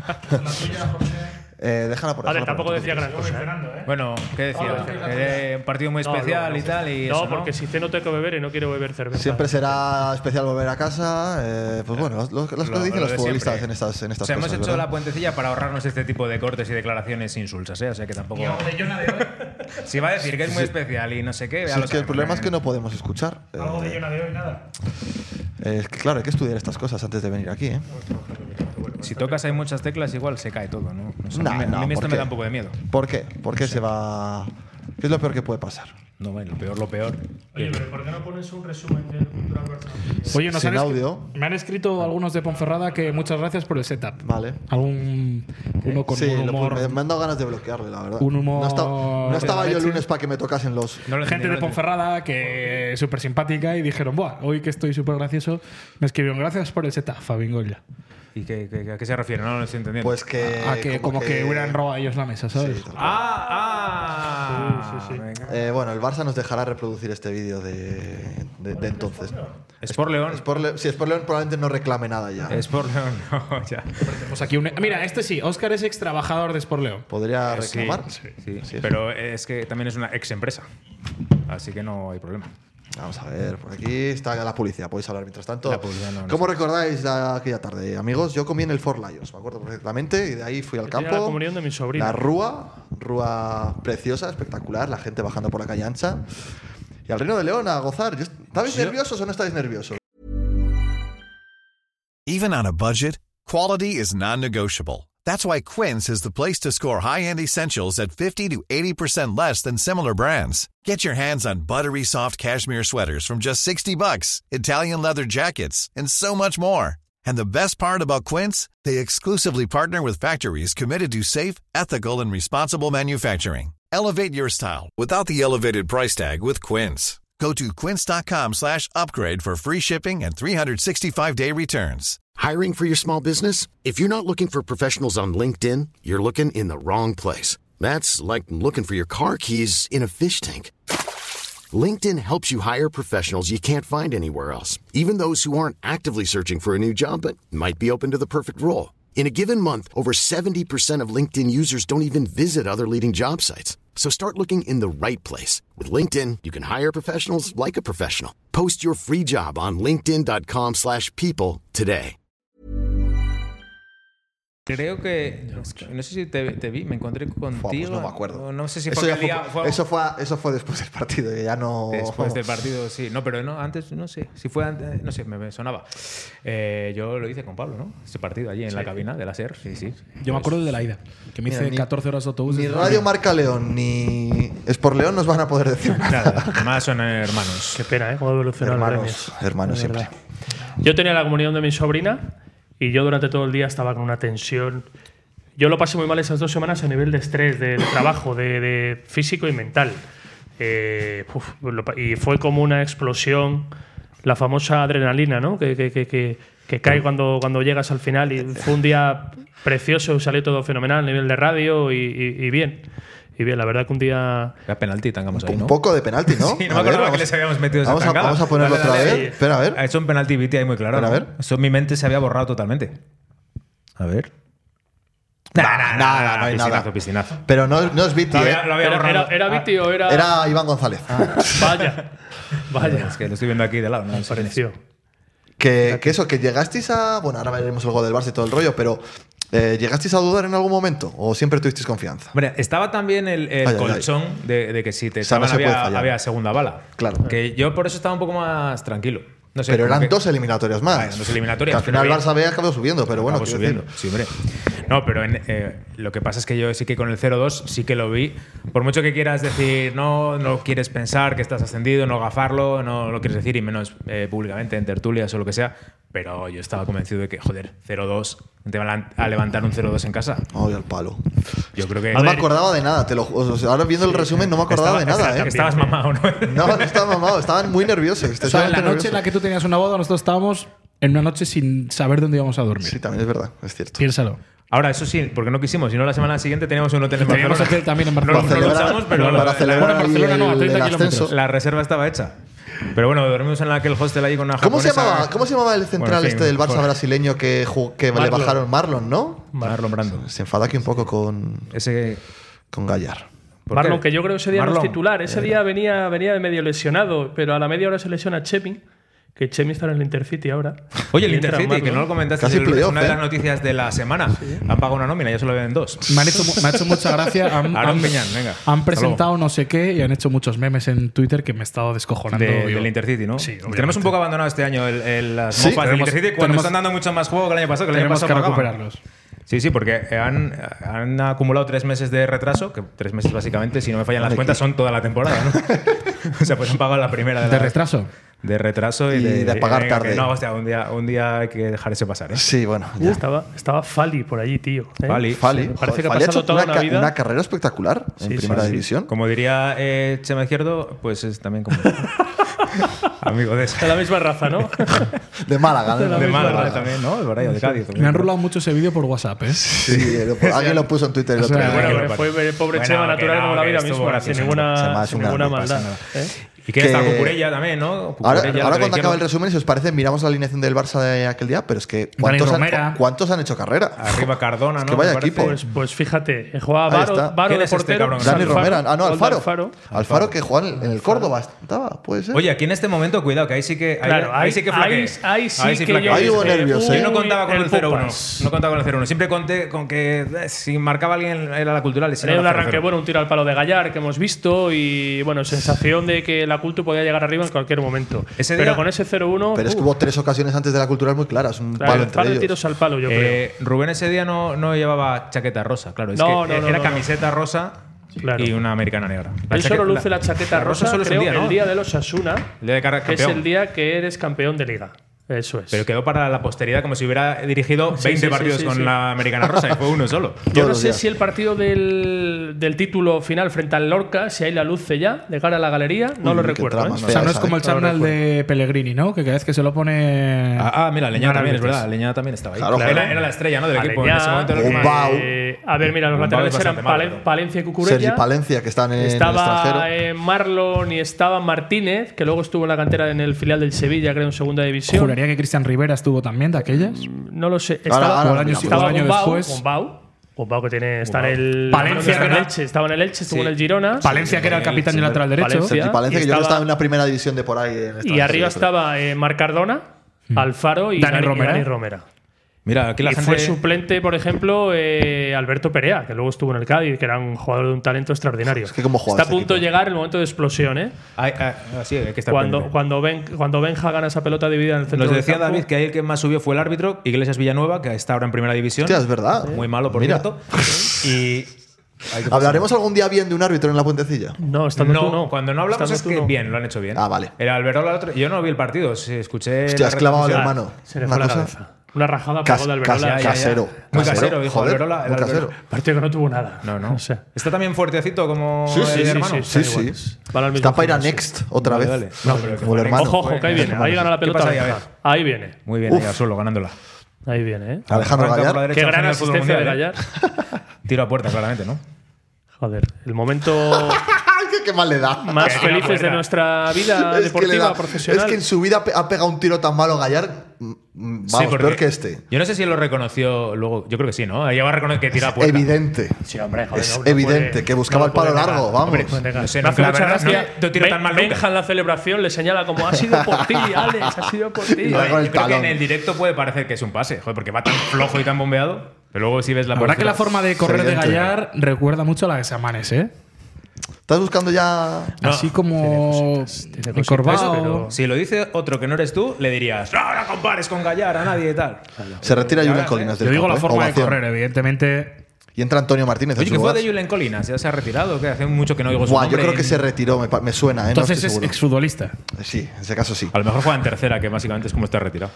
eh, déjala por A ver, déjala por tampoco ahí, decía gran cosa. ¿eh? Bueno, ¿qué decía? Era un partido muy No, especial no, no. y tal. Y No, eso, porque si ceno tengo que beber y no quiero beber cerveza. Siempre será especial volver a casa. eh, pues bueno, las lo, lo que Lo- dicen lo los de futbolistas siempre. en estas, en O estas sea, hemos cosas. hecho ¿verdad? la puentecilla para ahorrarnos este tipo de cortes y declaraciones insulsas, ¿eh? O sea que tampoco. Si va a decir que es muy especial y no sé qué, ya Sí, lo es que el sabemos, problema ¿eh? es que no podemos escuchar. Eh, Algo de Yona de hoy, nada. eh, es que claro, hay que estudiar estas cosas antes de venir aquí, ¿eh? si tocas hay muchas teclas, igual se cae todo, ¿no? No sé, No, a mí, no, a mí ¿por esto me qué? da un poco de miedo. ¿Por qué? ¿Por qué se va...? ¿Qué es lo peor que puede pasar? No, bueno, lo peor, lo peor. Oye, pero ¿por qué no pones un resumen del Cultural Barça? Oye, nos Sin han escri- audio. me han escrito algunos de Ponferrada que muchas gracias por el setup. Vale. Algún uno con Sí, un lo- humor. me, me han dado ganas de bloquearle, la verdad. Un humor No, estaba- no de estaba la yo el leche. lunes para que me tocasen los... No lo entendí, Gente no de lo entendí. Ponferrada que es súper simpática y dijeron, buah, hoy que estoy súper gracioso, me escribieron gracias por el setup, Fabín Goya. ¿Y qué, qué- a qué se refiere? No lo estoy entendiendo. Pues que... A que como que, hubieran robado ellos la mesa, ¿sabes? Sí, tal cual. ¡Ah! ¡Ah! Sí, sí, sí. Venga. Eh, bueno, el Barça nos dejará reproducir este vídeo de, de, de entonces. Sport León. Sport Le- si Sport León probablemente no reclame nada ya. Sport León, no, ya. Pues aquí un- mira, este sí, Óscar es ex trabajador de Sport León. ¿Podría Eh, sí, reclamar? sí, Sí, sí. pero es que también es una ex empresa. Así que no hay problema. Vamos a ver, por aquí está la publicidad. Podéis hablar mientras tanto. La publicidad no, no ¿Cómo sé. recordáis la- aquella tarde, amigos? Yo comí en el Four Lions, me acuerdo perfectamente. Y de ahí fui al Yo tenía campo. la comunión de mi sobrina. La rúa, rúa preciosa, espectacular. La gente bajando por la calle ancha. Y al Reino de León a gozar. Yo- ¿Estabais Yo- nerviosos o no estáis nerviosos? Even on a budget, quality is non-negotiable. That's why Quince is the place to score high-end essentials at fifty to eighty percent less than similar brands. Get your hands on buttery soft cashmere sweaters from just sixty bucks, Italian leather jackets, and so much more. And the best part about Quince, they exclusively partner with factories committed to safe, ethical, and responsible manufacturing. Elevate your style without the elevated price tag with Quince. Go to quince.com slash upgrade for free shipping and three sixty-five day returns. Hiring for your small business? If you're not looking for professionals on LinkedIn, you're looking in the wrong place. That's like looking for your car keys in a fish tank. LinkedIn helps you hire professionals you can't find anywhere else, even those who aren't actively searching for a new job but might be open to the perfect role. In a given month, over seventy percent of LinkedIn users don't even visit other leading job sites. So start looking in the right place. With LinkedIn, you can hire professionals like a professional. Post your free job on linkedin.com slash people today. Creo que. No sé si te, te vi, me encontré Fua, contigo. pues no me acuerdo. No sé si eso, fue ya aquel fue, día. fue- eso, fue, eso fue después del partido, que ya no. Después del partido, sí. No, pero no, antes, no sé. Si fue antes, no sé, me, me sonaba. Eh, yo lo hice con Pablo, ¿no? Ese partido allí en la cabina de la SER. Sí, sí. Yo me acuerdo de la ida, que me Mira, hice ni- catorce horas de autobús. Ni desde Radio Madrid. Marca León ni Sport León nos van a poder decir nada. Nada, además son hermanos. Qué pena, ¿eh? Cómo evolucionan los Hermanos, gremios. hermanos De siempre. verdad. Yo tenía la comunión de mi sobrina y yo durante todo el día estaba con una tensión. Yo lo pasé muy mal esas dos semanas a nivel de estrés, de, de trabajo, de, de físico y mental. Eh, uf, lo pa- y fue como una explosión, la famosa adrenalina, ¿no? Que, que, que, que, que cae cuando, cuando llegas al final. Y fue un día precioso, salió todo fenomenal a nivel de radio y, y- y bien. Y bien, la verdad que un día… Era penalti, tengamos ahí, Un ¿no? poco de penalti, ¿no? Sí, no A me ver, acordaba que vamos- les habíamos metido esa vamos a, tangada. vamos a ponerlo Dale, otra dale, vez. sí. Espera, a ver. Ha hecho un penalti Viti ahí muy claro. Espera, a ¿no? ver. Esto en mi mente se había borrado totalmente. A ver. Nada, nada, no hay piscinazo, nada. piscinazo. Pero no, no es Viti, Lo ¿eh? había, lo había ¿Era, borrado. era, era Viti o era…? Era Iván González. Vaya, vaya. Es que lo estoy viendo aquí de lado. No Me sé quién es. pareció. Que, que eso, que llegasteis a. Bueno, ahora veremos el gol del Barça y todo el rollo, pero. eh, ¿Llegasteis a dudar en algún momento? ¿O siempre tuvisteis confianza? Hombre, estaba también el, el Ay, ay, colchón De, de que si te O sea, no echaban se puede había, fallar. había segunda bala. Claro. Que yo por eso estaba un poco más tranquilo. No sé, Pero como eran que- dos eliminatorias más. Ah, eran dos eliminatorias, Que al final pero el bien. Barça B acabó subiendo, pero bueno, Acabó quiero subiendo. decir, Sí, hombre. No, pero en, eh, lo que pasa es que yo sí que con el cero dos sí que lo vi. Por mucho que quieras decir, no, no quieres pensar que estás ascendido, no gafarlo, no lo quieres decir, y menos eh, públicamente en tertulias o lo que sea. Pero yo estaba convencido de que, joder, cero dos, te van a levantar un cero dos en casa. Ay, al palo. Yo creo que. No me acordaba de nada, te lo ju- o sea, ahora viendo el resumen no me acordaba Estaba- de nada, estaba- ¿eh? Estabas mamado, ¿no? No, no estaba mamado, estaban muy nerviosos. O sea, en la noche en la que tú tenías una boda, nosotros estábamos en una noche sin saber dónde íbamos a dormir. Sí, también es verdad, es cierto. Piénsalo. Ahora, eso sí, porque no quisimos, si no la semana siguiente teníamos un hotel en Teníamos Barcelona. hotel también en No, Barcelona. no Para lo celebrar- usamos, pero para la- celebrar Bueno, ahí Barcelona el, no, a el treinta ascenso. kilómetros. la reserva estaba hecha. Pero bueno, dormimos en aquel hostel ahí con una ¿Cómo se, japonesa. llamaba, ¿Cómo se llamaba el central Bueno, en fin, este del Barça por- brasileño que, jugó- que le Marlon. bajaron? Marlon, ¿no? Marlon Brando. Se enfada aquí un poco con, Ese. con Gallar. ¿por Marlon, qué? que yo creo que ese día no Marlon. es titular. Ese día venía, venía de medio lesionado, pero a la media hora se lesiona Chepin, que Chemi está en el Intercity ahora. Oye, el Y entra Intercity, Marlon. que no lo comentaste, Casi es el- playoff, una de ¿eh? las noticias de la semana. Han pagado una nómina, ya solo ven dos. Me, han hecho, mu- me ha hecho mucha gracia. Han, Aaron han- Peñán, venga. han hasta presentado no sé qué y han hecho muchos memes en Twitter que me he estado descojonando. De- yo. del Intercity, ¿no? Sí, Tenemos obviamente. un poco abandonado este año el, el- las Sí, mofas del tenemos- Intercity cuando tenemos- están dando mucho más juego que el año pasado. Que el año Tenemos pasado que pagaban. recuperarlos. Sí, sí, porque han, han acumulado tres meses de retraso, que tres meses básicamente, si no me fallan las cuentas, son toda la temporada, ¿no? O sea, pues han pagado la primera de, ¿De la- retraso? de retraso y, Y de, de pagar venga, tarde. que no, hostia, un día, un día hay que dejar ese pasar, ¿eh? Sí, bueno. Uh, estaba, estaba Fali por allí, tío. ¿eh? Fali. Fali. Me parece que ha Fali pasado hecho toda una, una ca- vida. una carrera espectacular en Sí, sí, primera sí. división. Como diría eh, Chema Izquierdo, pues es también como amigo de esa. De la misma raza, ¿no? De Málaga. ¿no? De la De misma Málaga raza. también, ¿no? De por ahí, o de Cádiz. Me han rulado mucho ese vídeo por WhatsApp, ¿eh? Sí, lo- alguien lo puso en Twitter el O sea, otro día. Bueno, Bueno, que fue el pobre bueno, Chema que natural no, como la que vida estuvo misma, gracioso. sin ninguna, Chema es sin un ninguna grande, maldad. pasa ¿eh? Y que, Que- está Cucurella también, ¿no? Ahora, Cucurella, ahora lateral cuando acabe el izquierdo. resumen, si os parece, miramos la alineación del Barça de aquel día, pero es que ¿cuántos, Romera. han, ¿cuántos han hecho carrera? Arriba Cardona, Es ¿no? que vaya Me parece. equipo. Pues, pues fíjate, jugaba Ahí Varo, está. Varo ¿Quién de es este portero. cabrón? Dani Alfaro, Romera. Ah, no, gol de Alfaro. Alfaro. Alfaro que juega en el Córdoba. Estaba, puede ser. Oye, aquí en este momento, cuidado, que ahí sí que. Ahí, Claro, ahí ahí, sí que ahí, flaquea. ahí sí que flaquea. yo Ahí hubo dije, nervios, uy, ¿eh? Yo no contaba con el, el cero uno. Pupas. No contaba con el cero uno. Siempre conté con que eh, si marcaba alguien era la cultural. Y si no, Tenía un era cero arranque cero. bueno, un tiro al palo de Gallar que hemos visto y bueno, sensación de que la Cultu podía llegar arriba en cualquier momento. Ese Pero día- con ese cero uno. Pero es que hubo tres ocasiones antes de la cultural muy claras. Un claro, palo un par entre de ellos. tiros al palo, yo Eh, Rubén ese día no, no llevaba chaqueta rosa, claro. Es No, que no, no, era no, camiseta rosa Claro. y una americana negra. creo. La Él solo chaqueta- luce la chaqueta la rosa, solo es creo, un día, ¿no? el día de los Asuna, El día de cara- que es campeón. el día que eres campeón de liga. Eso es. Pero quedó para la posteridad como si hubiera dirigido Sí, veinte sí, sí, partidos sí, con sí. la americana rosa y fue uno solo. Yo Todos no los sé días. si el partido del, del título final frente al Lorca, si ahí la luce ya, de cara a la galería, no Uy, lo qué recuerdo. trama, ¿eh? no O sea, no es esa, como el ¿eh? No lo charnal recuerdo. de Pellegrini, ¿no? Que cada vez que se lo pone. Ah, ah, mira, Leñá Ganar también, es veces. verdad. Leñá también estaba ahí. Claro, era, claro. era la estrella, ¿no? Del equipo. Aleñá, En ese momento era el que Un más- Bau. eh, a ver, mira, los Un laterales Bau es eran bastante malo, Palen- pero- Palencia y Sergi Cucurella. Palencia, que están en el Estaba extranjero. eh, Marlon y estaba Martínez, que luego estuvo en la cantera en el filial del Sevilla, creo, en segunda división. Juraría que Cristian Rivera estuvo también de aquellas. No lo sé. Ahora- Estaba, ahora O el año- estaba o el año Gumbau, después. Gumbau. Gumbau que tiene, está Gumbau. en el Palencia, está en que el era- Elche, estaba en el Elche, estuvo Sí. en el Girona. Palencia, que era el capitán y lateral derecho. Palencia. Sergi Palencia, y que yo creo que estaba- estaba en una primera división de por ahí. en Y extranjero, arriba yo creo. estaba eh, Marc Cardona, Alfaro y Dani Dani, y Romera. Dani Romera. Mira, aquí la y gente. fue suplente, por ejemplo, eh, Alberto Perea, que luego estuvo en el Cádiz, que era un jugador de un talento extraordinario. Es que cómo juega Está a este punto de equipo. llegar el momento de explosión, ¿eh? Ay, ay, sí, hay que estar Cuando, pendiente. cuando, ben, cuando Benja gana esa pelota dividida en el centro Nos del decía campo. David que ahí el que más subió fue el árbitro, Iglesias Villanueva, que está ahora en primera división. Hostia, es verdad. Muy malo, por Mira. cierto. Y. hay que ¿Hablaremos algún día bien de un árbitro en la puentecilla? No, estando no, tú no. cuando no hablamos Estando es tú que no. bien, lo han hecho bien. Ah, vale. El Alberola, el otro. Yo no vi el partido, sí, escuché. Hostia, la has clavado al retransmisión. hermano. Se le Una fue la cosa- cabeza. Una rajada Cas- pegó de cas- Alberola. ya, ya. casero. Muy casero, dijo joder, Alberola, el muy Alberola. casero. Partido que no tuvo nada. No, no. O sea, Está también fuertecito como Sí, sí, el sí, hermano. sí, Sí, están sí. iguales. Van al mismo Está para ir a gimnasio. Next otra Vale, vez. vale. No, pero que como el fue hermano. Ojo, ojo, que ahí viene. Ahí gana la ¿Qué pelota. pasa ahí? A Benja. ver. Ahí viene. Muy bien, ahí al suelo, ganándola. Ahí viene, ¿eh? Alejandro Arranca por la Gallar. derecha, Qué gran genio del fútbol asistencia de mundial, Gallar. ¿eh? Tiro a puerta, claramente, ¿no? Joder, el momento ¿Qué, qué mal le da? más Que felices de buena. nuestra vida Es que, le deportiva, da- profesional. es que en su vida pe- ha pegado un tiro tan malo Gallar. mm, mm, Vamos, Sí, porque peor que este. Yo no sé si él lo reconoció luego. Yo creo que sí, ¿no? Llegó a reconocer que tira a puerta. Evidente. Sí, hombre, joder, Es no- no evidente puede- que buscaba no el palo puede negar. largo, vamos. Hombre, puede negar. No sé, Me no, hace la mucha verdad, gracia. no te tiro Ben- tan mal nunca. Benja en la celebración le señala como ha sido por ti, Alex, ha sido por ti. Y luego Yo el creo que talón. en el directo puede parecer que es un pase, joder, porque va tan flojo y tan bombeado. Pero luego si ves la La verdad que la postura- forma de correr de Evidente. Gallar recuerda mucho a la de Samanes, ¿eh? ¿Estás buscando ya.? No, Así como tiene encorvado. cositas, pero- Si lo dice otro que no eres tú, le dirías, no, no compares con Gallar a nadie y tal. Se retira Ya Julen verás, Colinas ¿eh? del Yo digo campo, la ¿eh? forma de Ovación. correr, evidentemente. Y entra Antonio Martínez. en Oye, su ¿qué fue lugar. de Julen Colinas? ¿Ya se ha retirado? Que hace mucho que no oigo su Buah, yo nombre. creo que se retiró, me, pa- me suena, ¿eh? No Entonces estoy es seguro. exfutbolista. Sí, en ese caso sí. A lo mejor juega en tercera, que básicamente es como está retirado.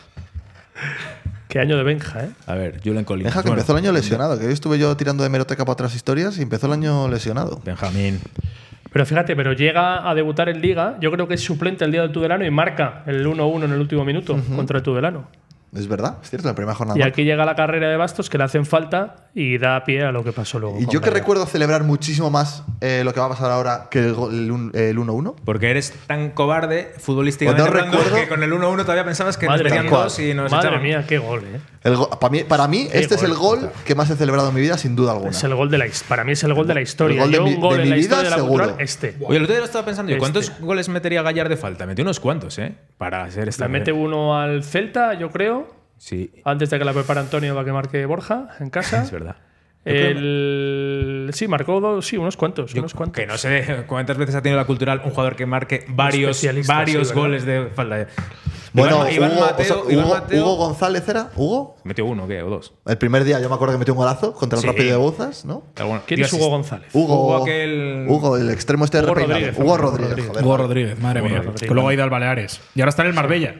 Qué año de Benja, ¿eh? A ver, Julen Colinas. Deja que Bueno, empezó el año lesionado, que hoy estuve yo tirando de meroteca para otras historias y empezó el año lesionado. Benjamín. Pero fíjate, pero llega a debutar en Liga. Yo creo que es suplente el día del Tudelano y marca el uno uno en el último minuto contra el Tudelano. Es verdad, es cierto, en la primera jornada. Y marca. aquí llega la carrera de Bastos que le hacen falta y da pie a lo que pasó luego. Y con yo que Gallar. recuerdo celebrar muchísimo más eh, lo que va a pasar ahora que el go- el un- el uno uno. Porque eres tan cobarde futbolísticamente Pues no hablando, recuerdo- que con el uno uno todavía pensabas que Madre nos metían mía, dos y nos madre echaban. mía, qué gol, ¿eh? El go- para mí, para mí este es gol. el gol que más he celebrado en mi vida, sin duda alguna. Es el gol de la his- para mí es el gol de la historia. El gol de Yo mi- un gol de en mi la vida, historia de la seguro. cultural, este. Oye, el otro día lo estaba pensando yo. ¿Cuántos Este. goles metería Gallar de falta? Metió unos cuantos, ¿eh? Para hacer esta. Le mete uno al Celta, yo creo, Sí, antes de que la prepare Antonio para que marque Borja en casa. es verdad. Yo creo El... Sí, marcó dos, sí, unos cuantos, Yo- unos cuantos. Que no sé cuántas veces ha tenido la cultural un jugador que marque varios, especialista, varios sí, ¿verdad? goles de falta. Bueno, Iván, Iván Hugo, Mateo, o sea, Iván Hugo- Mateo- Hugo González era. ¿Hugo? Metió uno, ¿qué? O dos. El primer día yo me acuerdo que metió un golazo contra el Sí. Rápido de Bouzas, ¿no? Alguno. ¿Quién Dio es Hugo asist- González? Hugo, Hugo aquel- Hugo, el extremo este Hugo repeinado. Rodríguez, Hugo Hugo Rodríguez, Rodríguez. joder. Hugo Rodríguez, madre Hugo mía. Rodríguez. Que luego ha ido al Baleares. Y ahora está en el Marbella.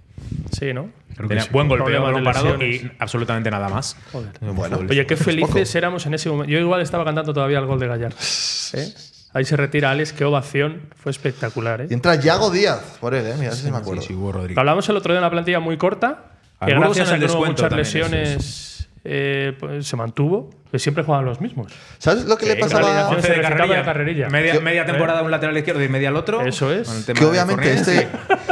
Sí, ¿no? Creo que Tenía sí. buen golpeo, Problemas balón de parado lesiones. y absolutamente nada más. Joder. Bueno, Oye, qué Es felices poco. éramos en ese momento. Yo igual estaba cantando todavía el gol de Gallar. ¿Eh? Ahí se retira Alex, qué ovación. Fue espectacular, ¿eh? Y entra Yago Díaz por él, ¿eh? Mira, ese sí me acuerdo. sí, sí, Hugo Rodríguez. Hablamos el otro día de una plantilla muy corta, que Algunos gracias en a el que no hubo descuento muchas también, lesiones eh, pues, se mantuvo. Que siempre jugaban los mismos. ¿Sabes lo que le en pasaba? realidad, once se de recitaba carrerilla. de carrerilla. Media, Que- media temporada un lateral izquierdo y media al otro. Eso es. Con el tema Que de obviamente Fornés. este,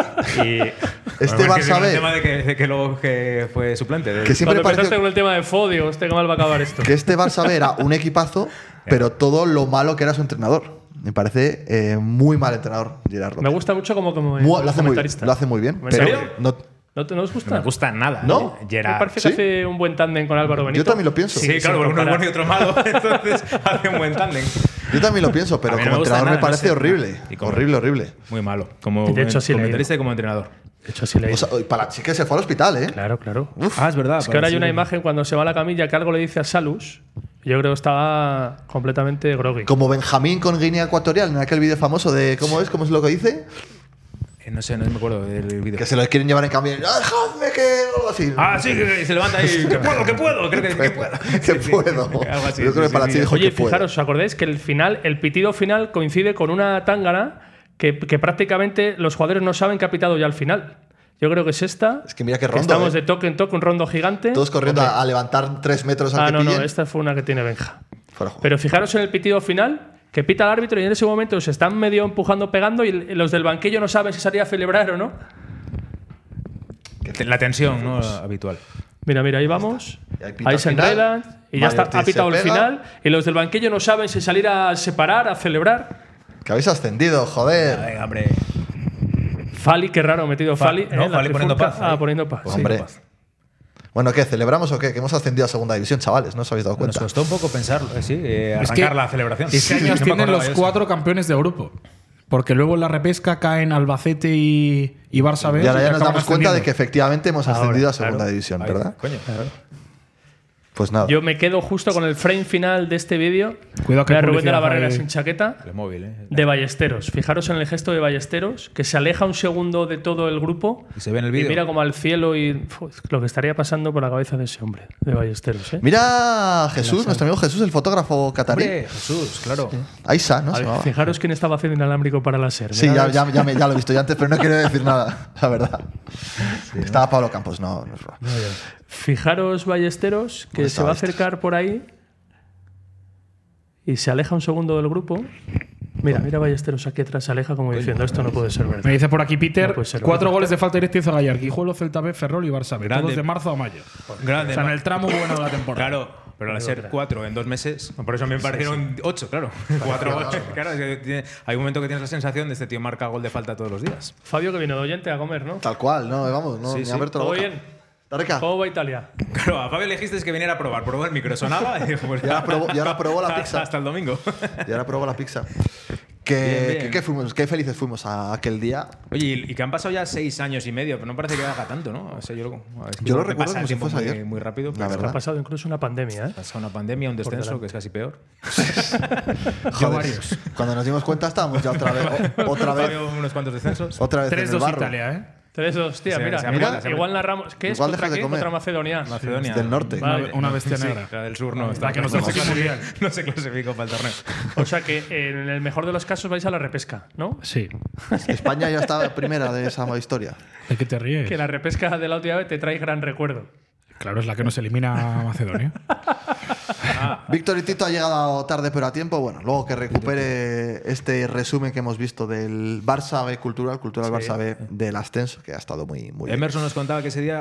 Y, este bueno, es que Barça el B, tema de que, de que luego que fue suplente. de- que siempre Cuando empezaste pareció con el tema de Fodio, este que mal va a acabar esto. que este Barça B era un equipazo, pero todo lo malo que era su entrenador. Me parece eh, muy mal entrenador, Gerard Roque. Me gusta mucho como, como, Mu- como lo, hace muy, comentarista. lo hace muy bien. ¿En Pero serio? no, ¿No, te, ¿No os gusta? No me gusta nada. ¿No? ¿eh? Me Gerard. parece ¿Sí? que hace un buen tándem con Álvaro Benito. yo también lo pienso. Sí, sin claro, porque uno es comparar. bueno y otro malo. Entonces hace un buen tándem. Yo también lo pienso, pero A mí no como me gusta entrenador nada, me parece no sé. horrible. Y como- Horrible, horrible. Muy malo. Como De hecho, así le he comentarista y como entrenador. De hecho, sí le O sea, para la chica se fue al hospital, ¿eh? Claro, claro. Ah, es verdad. Es que ahora hay una imagen cuando se va a la camilla que algo le dice a Salus. Yo creo que estaba completamente groggy. Como Benjamín con Guinea Ecuatorial en aquel vídeo famoso de ¿cómo es? ¿Cómo es lo que dice? Eh, no sé, no me acuerdo del vídeo. Que se lo quieren llevar en cambio. ¡Ah, dejadme que algo así! Ah, sí, que se levanta ahí. Que puedo, que puedo. Creo que, que puedo. que puedo. Algo así, Yo creo sí, que para sí, ti sí. dijo Oye, que puedo. fijaros, ¿os acordáis que el final, el pitido final coincide con una tángana que, que prácticamente los jugadores no saben que ha pitado ya al final? Yo creo que es esta. Es que mira qué rondo, Estamos ¿eh? de toque en toque, un rondo gigante. Todos corriendo Hombre. a, a levantar tres metros al Ah, que no, pillen. no, esta fue una que tiene Benja. Fuera de juego. Pero fijaros en el pitido final, que pita el árbitro y en ese momento se están medio empujando, pegando y los del banquillo no saben si salir a celebrar o no. La tensión, ¿no? Habitual. Mira, mira, ahí vamos. Y ahí pita Ahí al se final. enredan y ya está, Mario ha Ortiz pitado se el pega. final y los del banquillo no saben si salir a separar, a celebrar. Que habéis ascendido, joder. Venga, hombre. Fali, qué raro, metido Fa- Fali. no, ¿eh? La Fali poniendo trifulca. paz ahí. Ah, poniendo paz. sí. Hombre. Bueno, ¿qué? ¿Celebramos o qué? Que hemos ascendido a segunda división, chavales. ¿No os habéis dado Nos cuenta? costó un poco pensarlo, eh, sí, eh, Es arrancar que la celebración. Este año No me ascienden acordaba los yo eso. cuatro campeones de grupo. Porque luego en la repesca caen Albacete y, y Barça B. Y ahora y ya nos acaban damos cuenta de ascendiendo. que efectivamente hemos ascendido a claro. segunda división, Ahí, ¿verdad? Coño. Pues nada. Yo me quedo justo con el frame final de este vídeo. Cuidado que de Rubén de la publicidad Barrera ahí. sin chaqueta. El móvil, ¿eh? De Ballesteros. Fijaros en el gesto de Ballesteros, que se aleja un segundo de todo el grupo. Y se ve en el Y vídeo. mira como al cielo y uf, lo que estaría pasando por la cabeza de ese hombre, de Ballesteros. ¿eh? Mira a Jesús, nuestro amigo Jesús, el fotógrafo catarí. Hombre, Jesús, claro. Aisa, ¿no? A Se ver, llamaba. fijaros quién estaba haciendo inalámbrico para la SER. Sí, Mirad, ya, ya, ya, me- ya lo he visto ya antes, pero no quiero decir nada, la verdad. Estaba Pablo Campos, no, no es broma. Fijaros Ballesteros, que ¿Dónde se va a estabais? acercar por ahí y se aleja un segundo del grupo. Mira, mira Ballesteros aquí atrás, se aleja como diciendo, esto no puede ser verdad. Me dice por aquí Peter, No puede ser, cuatro ¿verdad? goles de falta directa hizo Gallar, Guijuelo, Celta B, Ferrol y Barça B. Grande. Todos de marzo a mayo. Grande. O sea, en ¿no? el tramo bueno de la temporada. Claro, pero al ser cuatro en dos meses, por eso me parecieron ocho, claro. Cuatro, ocho. Claro, es que tiene- hay un momento que tienes la sensación de este tío marca gol de falta todos los días. Fabio que vino de oyente a comer, ¿no? Tal cual, no, vamos, no, Sí, ni sí. a ver todo ¿Todo boca. bien? Tareka, ¿Cómo va Italia? Claro, a Fabio le dijiste que viniera a probar. Probó el micro, sonaba y dijo, pues Y ahora probó- y ahora probó la pizza. Hasta el domingo. y ahora probó la pizza. Que, Bien, bien. que- que fuimos, qué felices fuimos a aquel día. Oye, y y que han pasado ya seis años y medio, pero no parece que haga tanto, ¿no? O sea, yo lo, es que Yo lo te recuerdo pasa el como si tiempo fuese muy, ayer. muy rápido. La pero verdad. Ha pasado incluso una pandemia, ¿eh? Pasa una pandemia, un descenso, delante. que es casi peor. Joder, cuando nos dimos cuenta estábamos ya otra vez, o- otra vez, Fabio, unos cuantos descensos. otra vez en tres el dos barro. Italia, ¿eh? Tres, dos, hostia, Se- mira, se mira, aprieta, se igual aprieta. narramos. ¿Qué es Igual contra dejas de qué? comer. Contra Macedonia. Macedonia. Del norte. Una, Vale. una bestia Sí, negra. la del sur no. La que nos hace mundial. No se clasificó para el torneo. O sea que en el mejor de los casos vais a la repesca, ¿no? Sí. España ya está primera de esa historia. ¿De qué te ríes? Que la repesca de la última vez te trae gran recuerdo. Claro, es la que nos elimina a Macedonia. Víctor y Tito ha llegado tarde pero a tiempo. Bueno, luego que recupere este resumen que hemos visto del Barça B Cultural, Cultural Barça B del ascenso, que ha estado muy, muy bien. Emerson nos contaba que ese día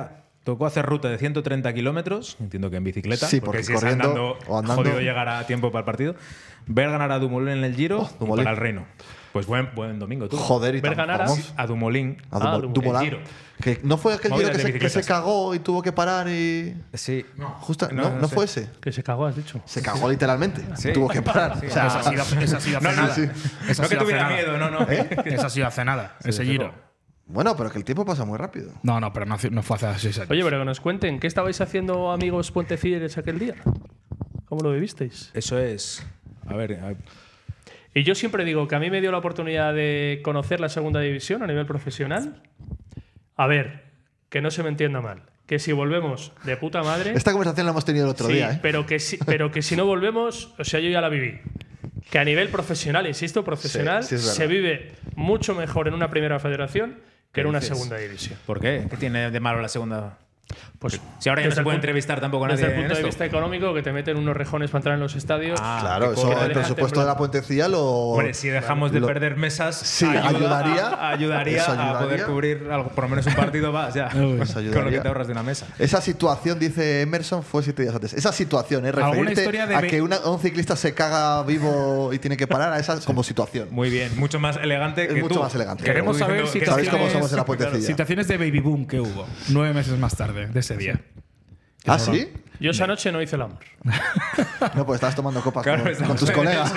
tocó hacer ruta de ciento treinta kilómetros, entiendo que en bicicleta, Sí, porque, porque si es corriendo andando, o andando- jodido llegar a tiempo para el partido. Ver ganar a Dumoulin en el Giro Oh, y Dumoulin. para el Reino. Pues buen, buen domingo, tú. Joder, y Ver tan- ganar a- vamos. A Dumoulin. A Ah, Dumo- Dumoulin. Dumoulin. El Giro. Que no fue aquel Movidas Giro que de se, que se bicicletas. cagó y tuvo que parar y. Sí. Justo, No, no, no no sé. fue ese. Que se cagó, has dicho. Se cagó literalmente. Sí. Tuvo que parar. Sí. O sea, Esa ha sido, esa ha sido hace No, no, nada. sí. Esa No ha que sido tuviera hace miedo, nada. no, no. Esa ha sido hace nada, ese Giro. Bueno, pero que el tiempo pasa muy rápido. No, no, pero no, hace- no fue hace seis años. Oye, pero que nos cuenten, ¿qué estabais haciendo, amigos Puentecilleres, aquel día? ¿Cómo lo vivisteis? Eso es. A ver, a- Y yo siempre digo que a mí me dio la oportunidad de conocer la segunda división a nivel profesional. A ver, que no se me entienda mal. Que si volvemos de puta madre. Esta conversación la hemos tenido el otro sí, día, ¿eh? pero, que si, pero que si no volvemos, o sea, yo ya la viví. Que a nivel profesional, insisto, profesional, Sí, sí es verdad. se vive mucho mejor en una primera federación que en una dices? segunda división. ¿por qué? ¿Qué tiene de malo la segunda? Pues Si ahora ya no desde se el puede punto- entrevistar tampoco a nadie Desde el en punto de esto. vista económico, que te meten unos rejones para entrar en los estadios. Ah, Claro, que eso, cobre. el deja presupuesto temblar. de la puentecilla lo. Hombre, si dejamos de lo- perder mesas, Sí, ayuda- ayudaría. a- ayudaría, Eso a poder ayudaría. cubrir algo, por lo menos un partido más ya. Eso Con lo que ayudaría. te ahorras de una mesa. Esa situación, dice Emerson, fue siete días antes. Esa situación, ¿eh? ¿Alguna Referirte historia de a ve- que una- un ciclista se caga vivo y tiene que parar a esa como situación. Muy bien, mucho más elegante Es que mucho tú. más elegante. Que Queremos tú saber diciendo si que te ¿Sabéis cómo tienes- somos en la puentecilla? situaciones de baby boom que hubo nueve meses más tarde de ese día. ¿Ah, sí? Yo esa noche no hice el amor. No, pues estabas tomando copas Claro, con, estamos con tus en- colegas.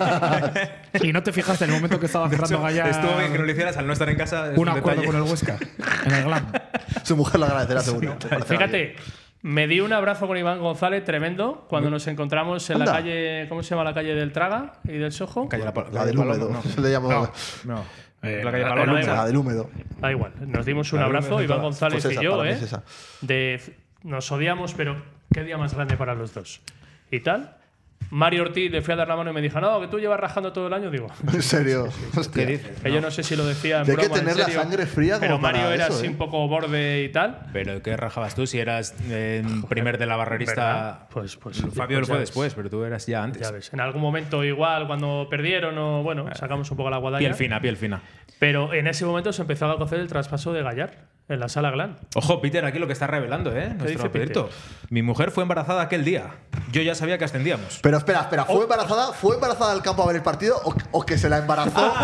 Y no te fijaste en el momento que estaba cerrando Gaya Estuvo bien que no lo hicieras al no estar en casa. Es un un acuerdo detalle. con el Huesca en el Glam. Su mujer lo agradecerá seguro. Me parece Fíjate, me di un abrazo con Iván González tremendo cuando nos encontramos en Anda. la calle, ¿cómo se llama la calle del Traga y del Sojo? Calle la, Pal- La del Paloma, húmedo. no. Se le llama No, no. Eh, la calle la- Paloma. la- esa. la del húmedo. Da igual, nos dimos un La abrazo, broma de Iván todas. González Pues esa, y yo, para mí ¿eh? es esa. De, nos odiamos, pero qué día más grande para los dos. Y tal. Mario Ortiz le fui a dar la mano y me dijo, no, que tú llevas rajando todo el año. Digo, En serio. Hostia. ¿Qué dices? que yo no sé si lo decía en Y hay que broma, en tener la serio, sangre fría como pero Mario para era eso, así ¿eh? un poco borde y tal. Pero ¿qué rajabas tú si eras eh, primer de la barrerista? ¿Verdad? Pues, pues, Fabio pues lo fue ya ves. después, pero tú eras ya antes. Ya ves, en algún momento igual, cuando perdieron o bueno, sacamos un poco la guadaña. Piel fina, piel fina. Pero en ese momento se empezó a cocer el traspaso de Gallar en la sala Glan. Ojo, Peter, aquí lo que está revelando, ¿eh? Nuestro dice Peter? Pedrito. Mi mujer fue embarazada aquel día. Yo ya sabía que ascendíamos. Pero espera, espera, ¿fue embarazada, ¿fue embarazada al campo a ver el partido o, o que se la embarazó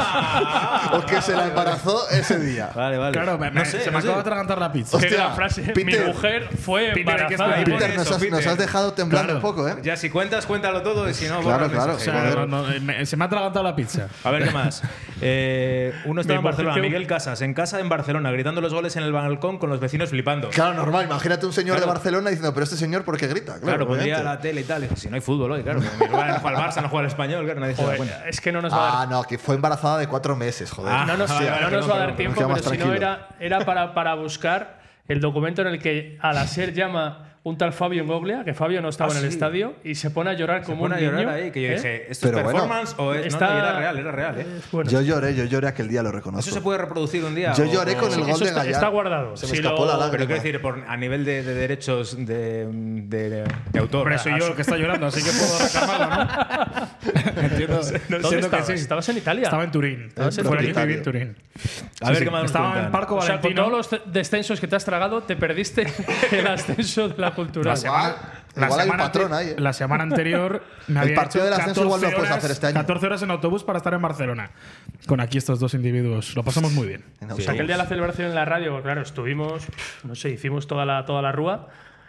o que se la embarazó ese día? Vale, vale. Claro, me- me- no sé, se me no acaba de sé. atragantar la pizza. Hostia, Qué gran frase. Mi Peter. mujer fue Peter, ¿qué embarazada. está- Peter, Por nos eso, has, nos Peter. has dejado temblando un poco, ¿eh? Ya, si cuentas, cuéntalo todo y si no, Claro, borra el claro, O mensaje. sea, joder. no, no, me- se me ha atragantado la pizza. A ver, ¿qué más? Eh, uno estaba Mi en Barcelona, mujer que- Miguel Casas, en casa en Barcelona, gritando los goles en el balcón con los vecinos flipando. Claro, normal. Imagínate un señor Claro. de Barcelona diciendo, pero este señor, ¿por qué grita? Claro, Claro, pondría obviamente. la tele y tal. Si no hay fútbol hoy, claro. Mi hermana no juega al Barça, no juega al Español, claro, nadie se da Joder, cuenta. es que no nos va a Ah, dar, no, que fue embarazada de cuatro meses, joder. Ah, no nos, vale, vale, no nos perdón, va a dar perdón, tiempo, queda pero más si no tranquilo. era, era para, para buscar el documento en el que al Aser llama un tal Fabio Ngoglia, que Fabio no estaba Ah, en el sí. estadio, y se pone a llorar Se como pone un a llorar niño. ahí, que yo ¿eh? dije, ¿esto Pero es bueno, performance o es.? está- No, no, era real, era real, ¿eh? Bueno, Yo lloré, yo lloré aquel día, lo reconozco. ¿Eso se puede reproducir un día? Yo o- lloré con o- el gol eso de está, Gallar. está guardado. Se me Si escapó lo- la lágrima. Pero quiero decir, por, a nivel de, de derechos de, de, de autor. Hombre, soy a- yo el que está llorando, así que puedo reclamarlo, ¿no? Entiendo, ¿Dónde entiendo que estabas? sí. Estabas en Italia. Estaba en Turín. Estabas en Fue el Turín. año que viví en Turín. A ver qué más nos Estaba en cuentan. Parco O sea, con Valentino. todos los descensos que te has tragado, te perdiste el ascenso de la cultura. La semana, la igual hay un semana patrón ante- ahí, ¿eh? La semana anterior me El había partido hecho del ascenso igual lo catorce puedes horas- hacer este año. catorce horas en autobús para estar en Barcelona. Con aquí estos dos individuos. Lo pasamos muy bien. En O sea, aquel día de la celebración en la radio, pues claro, estuvimos, no sé, hicimos toda la, toda la rúa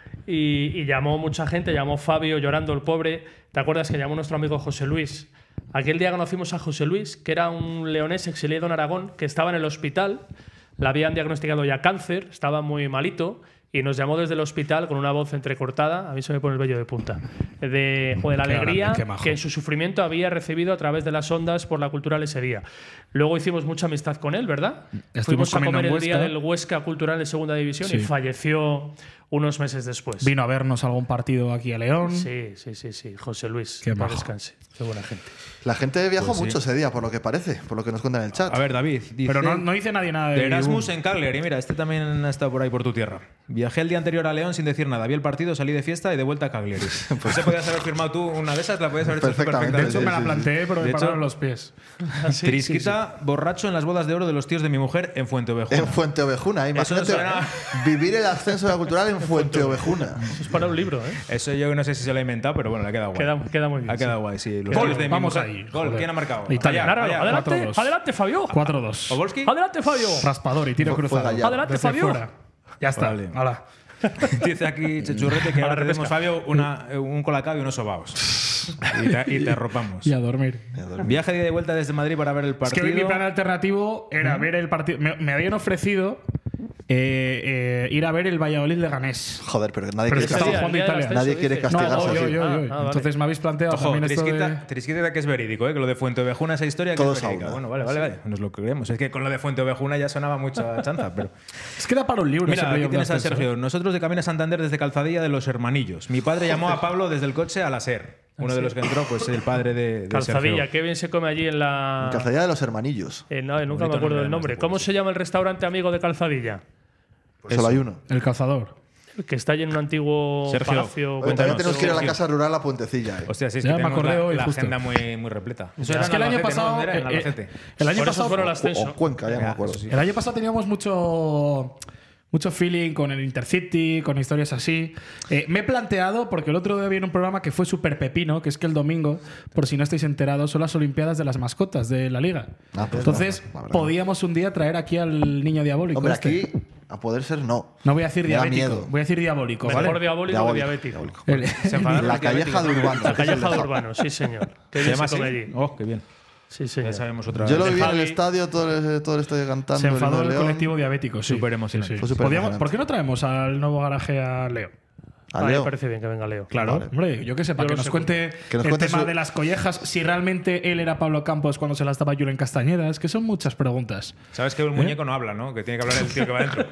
y, y llamó mucha gente, llamó Fabio llorando el pobre. ¿Te acuerdas que llamó nuestro amigo José Luis? Aquel día conocimos a José Luis, que era un leonés exiliado en Aragón, que estaba en el hospital, le habían diagnosticado ya cáncer, estaba muy malito. Y nos llamó desde el hospital con una voz entrecortada, a mí se me pone el vello de punta, de joder, la Qué alegría grande, qué majo. que en su sufrimiento había recibido a través de las ondas por la cultural ese día. Luego hicimos mucha amistad con él, ¿verdad? Estuvimos Fuimos a comiendo comer en el día Huesca. del Huesca Cultural de Segunda División Sí. y falleció unos meses después. Vino a vernos algún partido aquí a León. Sí, sí, sí, sí. José Luis, Qué que majo. descanse. Qué buena gente. La gente viajó Pues sí. mucho ese día, por lo que parece, por lo que nos cuentan en el chat. A ver, David. Dice, Pero no, no dice nadie nada de, de Erasmus en Cagliari. Mira, este también ha estado por ahí por tu tierra. Viajé el día anterior a León sin decir nada. Vi el partido, salí de fiesta y de vuelta a Cagliari. Pues se podías haber firmado tú una de esas, la podías haber hecho Perfectamente. De perfectamente. hecho, me la Sí, sí, sí. planteé, pero De me hecho- pararon los pies. Sí, Trisquita, borracho en las bodas de oro de los tíos de mi mujer en Fuente Ovejuna. En Fuente Ovejuna, imagínate suena- vivir el ascenso de la cultural en Fuente Ovejuna. Eso es para un libro, ¿eh? Eso yo no sé si se lo ha inventado, pero bueno, le ha quedado guay. Queda, queda muy bien. ha quedado sí. guay, sí. Los Gol, tíos de mi vamos mujer- ahí, Gol, joder. ¿quién ha marcado? Italia. Allá, Claro, allá. adelante, cuatro dos. adelante, Fabio. cuatro dos. ¿Obolski? Adelante, Fabio. Raspador y tiro Fue- fue cruzado. Gallardo. Adelante, Desde Fabio. fuera. Ya está. Vale. Hala. Dice aquí Chechurrete que A la ahora te demos, repesca. Fabio, una, un colacao y unos sobaos. y, te, y te arropamos. Y a dormir. Viaje de ida y vuelta desde Madrid para ver el Es partido. que hoy mi plan alternativo era ver el partido. Me, me habían ofrecido eh, eh, ir a ver el Valladolid Leganés. Joder, pero nadie Pero quiere es que estaba castigar. jugando el día del Italia. ascenso, Nadie quiere dices. No, castigarse hoy, así. hoy, hoy, Ah, hoy. ah, vale. Entonces me habéis planteado Ojo, también esto Trisquita, de. Trisquita que es verídico, ¿eh? Que lo de Fuente Ovejuna, esa historia que Todos es a verídica. una. Bueno, vale, vale, vale. Nos lo creemos. Es que con lo de Fuente Ovejuna ya sonaba mucho a chanza, pero... Es que da para un libro. ese Mira, aquí playoff de tienes a ascenso. Sergio. Nosotros de camino a Santander desde Calzadilla de los Hermanillos. Mi padre llamó a Pablo desde el coche a la SER. Uno de los que entró, pues el padre de, de Calzadilla, Sergio. qué bien se come allí en la. En Calzadilla de los Hermanillos. Eh, no, nunca Bonito me acuerdo nombre, del además, nombre. de ¿Cómo pueblo. se llama el restaurante amigo de Calzadilla? Pues solo hay uno. El calzador. El que está allí en un antiguo Sergio, palacio. Oye, también tenemos que ir a la Sergio. casa rural a Puentecilla. eh. Hostia, sí, es Ya que me tenemos acordé la, hoy, la justo. agenda muy, muy repleta. Eso Es era que el en año Albacete, pasado. ¿no? Era en eh, eh, Albacete. el año Por eso pasado. fueron al O, ascenso. o Cuenca, ya no me acuerdo. eso sí. El año pasado teníamos mucho, mucho feeling con el Intercity, con historias así. Eh, me he planteado, porque el otro día vi en un programa que fue súper pepino, que es que el domingo, por si no estáis enterados, son las Olimpiadas de las mascotas de la Liga. Ah, pues Entonces, no, la verdad. podíamos un día traer aquí al niño diabólico. Hombre, este. aquí, a poder ser, no. No voy a decir Me da diabético, miedo. voy a decir diabólico, Mejor ¿vale? diabólico que Diabólico, diabético. El- Se enfadaron La los calleja de diabéticos. Urbano. La que es el calleja de de- Urbano, sí, señor. Qué ¿Se bien llama se come así? allí. Oh, qué bien. Sí, Ya señor. sabemos otra Yo lo De viví en el Javi. estadio, todo el, todo el estadio cantando. Se el himno enfadó del el León. colectivo diabético, sí. Súper emocionante. Sí, sí. Fue súper Podíamos- emocionante. ¿Por qué no traemos al nuevo garaje a Leo? A Ah, me Leo. parece bien que venga Leo. Claro, Vale. hombre, yo qué sé, para Yo que lo nos sé. cuente Que nos el cuente tema su- de las collejas, si realmente él era Pablo Campos cuando se la estaba Julen Castañeda, es que son muchas preguntas. Sabes que un muñeco no habla, ¿no? Que tiene que hablar el tío que va dentro.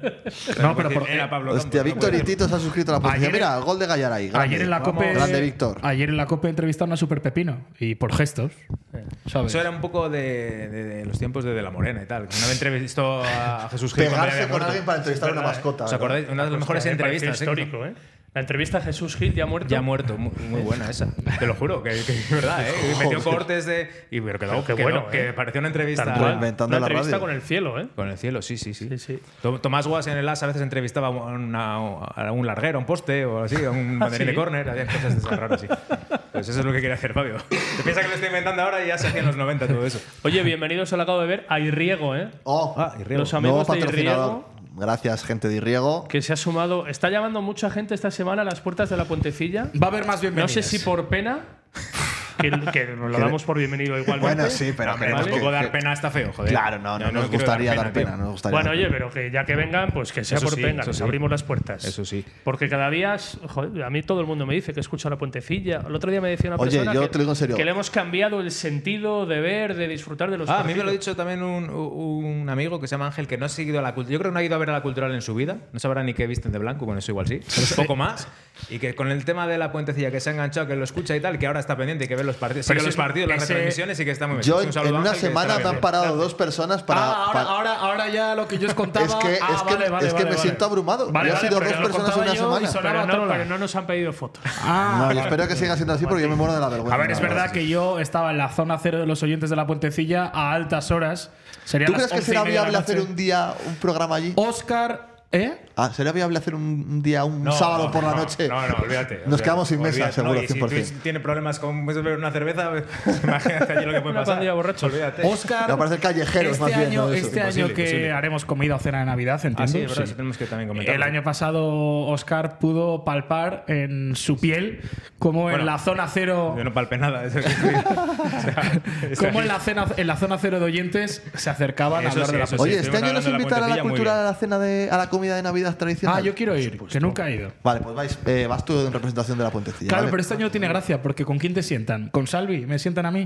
No, pero por- Era Pablo Hostia, Campos, Víctor no y puede Tito se han suscrito a la posición. Ayer- Mira, el gol de Gallaray. grande. Ayer en la Vamos. Cope, Grande Víctor. Ayer en la Cope entrevistaron a Super Pepino y por gestos, ¿sabes? Eso era un poco de, de- de los tiempos de De la Morena y tal. Una vez entrevistó a Jesús Gil cuando ya Pegarse había con muerto. alguien para entrevistar a una mascota. ¿Os ¿verdad? acordáis? Una de las mejores Me pareció entrevistas. ¿eh? histórico, ¿eh? La entrevista a Jesús Gil ya muerto. Ya muerto, muy, muy buena esa. Te lo juro, que, que es verdad, ¿eh? Y metió Joder. cortes de. Y pero quedó, Pero qué quedó- bueno, que ¿eh? parecía una entrevista. Tal cual. Reinventando Una la entrevista radio. con el cielo, ¿eh? Con el cielo, sí, sí, sí. Sí, sí. To- Tomás Guas en el As a veces entrevistaba a, una- a un larguero, a un poste o así, a un banderín ¿sí? de córner, hacían cosas de esas raras, sí. Pues eso es lo que quiere hacer Fabio. Te piensas que lo estoy inventando ahora y ya se hacía en los noventa todo eso. Oye, bienvenidos, al acabo de ver, a Irriego, ¿eh? Oh, Ah, y Riego. Los nuevo amigos de patrocinador. Irriego, Gracias, gente de Irriego. que se ha sumado. Está llamando mucha gente esta semana a las puertas de la Puentecilla. Va a haber más No bienvenidos. sé si por pena, que, que lo damos por bienvenido igualmente. Bueno, sí, pero Hombre, queremos tampoco que- dar que- pena está feo, joder. Claro, no, no, Yo nos quiero gustaría dar pena. tío. nos gustaría Bueno, dar oye, pena. pero que ya que vengan, pues que sea Eso por sí, pena, eso les sí. abrimos las puertas. Eso sí. Porque cada día, es- joder, a mí todo el mundo me dice que escucha la Puentecilla. El otro día me decía una Oye, persona yo que, te lo digo en serio. que le hemos cambiado el sentido de ver, de disfrutar de los Ah, a mí me partidos. lo ha dicho también un, un amigo que se llama Ángel que no ha seguido a la cultura. Yo creo que no ha ido a ver a la cultural en su vida. No sabrá ni qué visten de blanco, bueno, eso igual sí. Poco más. Y que con el tema de la Puentecilla que se ha enganchado, que lo escucha y tal, que ahora está pendiente y que ve los partidos. Pero Sigue los ese- partidos, las ese- retransmisiones y que está muy bien. Yo Un en, saludo en a una Ángel, que semana estará me han bien. parado dos personas para. Ah, ahora, para- ahora, ahora ya lo que yo os contaba. Es que- ah, es que- vale, vale, es que vale, me vale. siento abrumado. Vale, Yo he vale, sido porque dos lo personas en contaba una yo semana. y sonaba Pero no, trola. pero no nos han pedido fotos. Ah, No, y vale. espero que siga siendo así porque yo me muero de la vergüenza. A ver, es verdad que yo estaba en la zona cero de los oyentes de la Puentecilla a altas horas. Serían ¿Tú las crees que once y será media de la viable hacer noche. un día un programa allí? Oscar, ¿eh? Ah, ¿sería viable hacer un, un día, un No, sábado no, por la no, noche? No, no, olvídate. Nos olvídate, quedamos sin mesa, olvídate. seguro, No, y si cien por cien. tú tienes problemas con beber una cerveza, imagínate allí lo que puede Una pasar. pandilla borracha. Olvídate. Oscar. Me parece callejeros este más bien, año, todo eso. este año Imposible, que imposible. haremos comida o cena de Navidad, entiendo. Ah, sí, es verdad, Sí. sí, tenemos que también comentar. El año pasado Oscar pudo palpar en su piel como Bueno, en la zona cero. Yo no palpé nada. Eso que estoy- o sea, es Como que- en la, cena, en la zona cero de oyentes se acercaban a Eso hablar sí, de la eso sí. Oye, estuvimos este año nos hablando de la invitan a la Puentecilla muy cultura bien. a la cena de, a la comida de Navidad tradicional. Ah, yo quiero ir, que nunca he ido. Vale, pues vais, eh, vas tú en representación de la Puentecilla. Claro, ¿vale? pero este año tiene gracia, porque ¿con quién te sientan? ¿Con Salvi? ¿Me sientan a mí?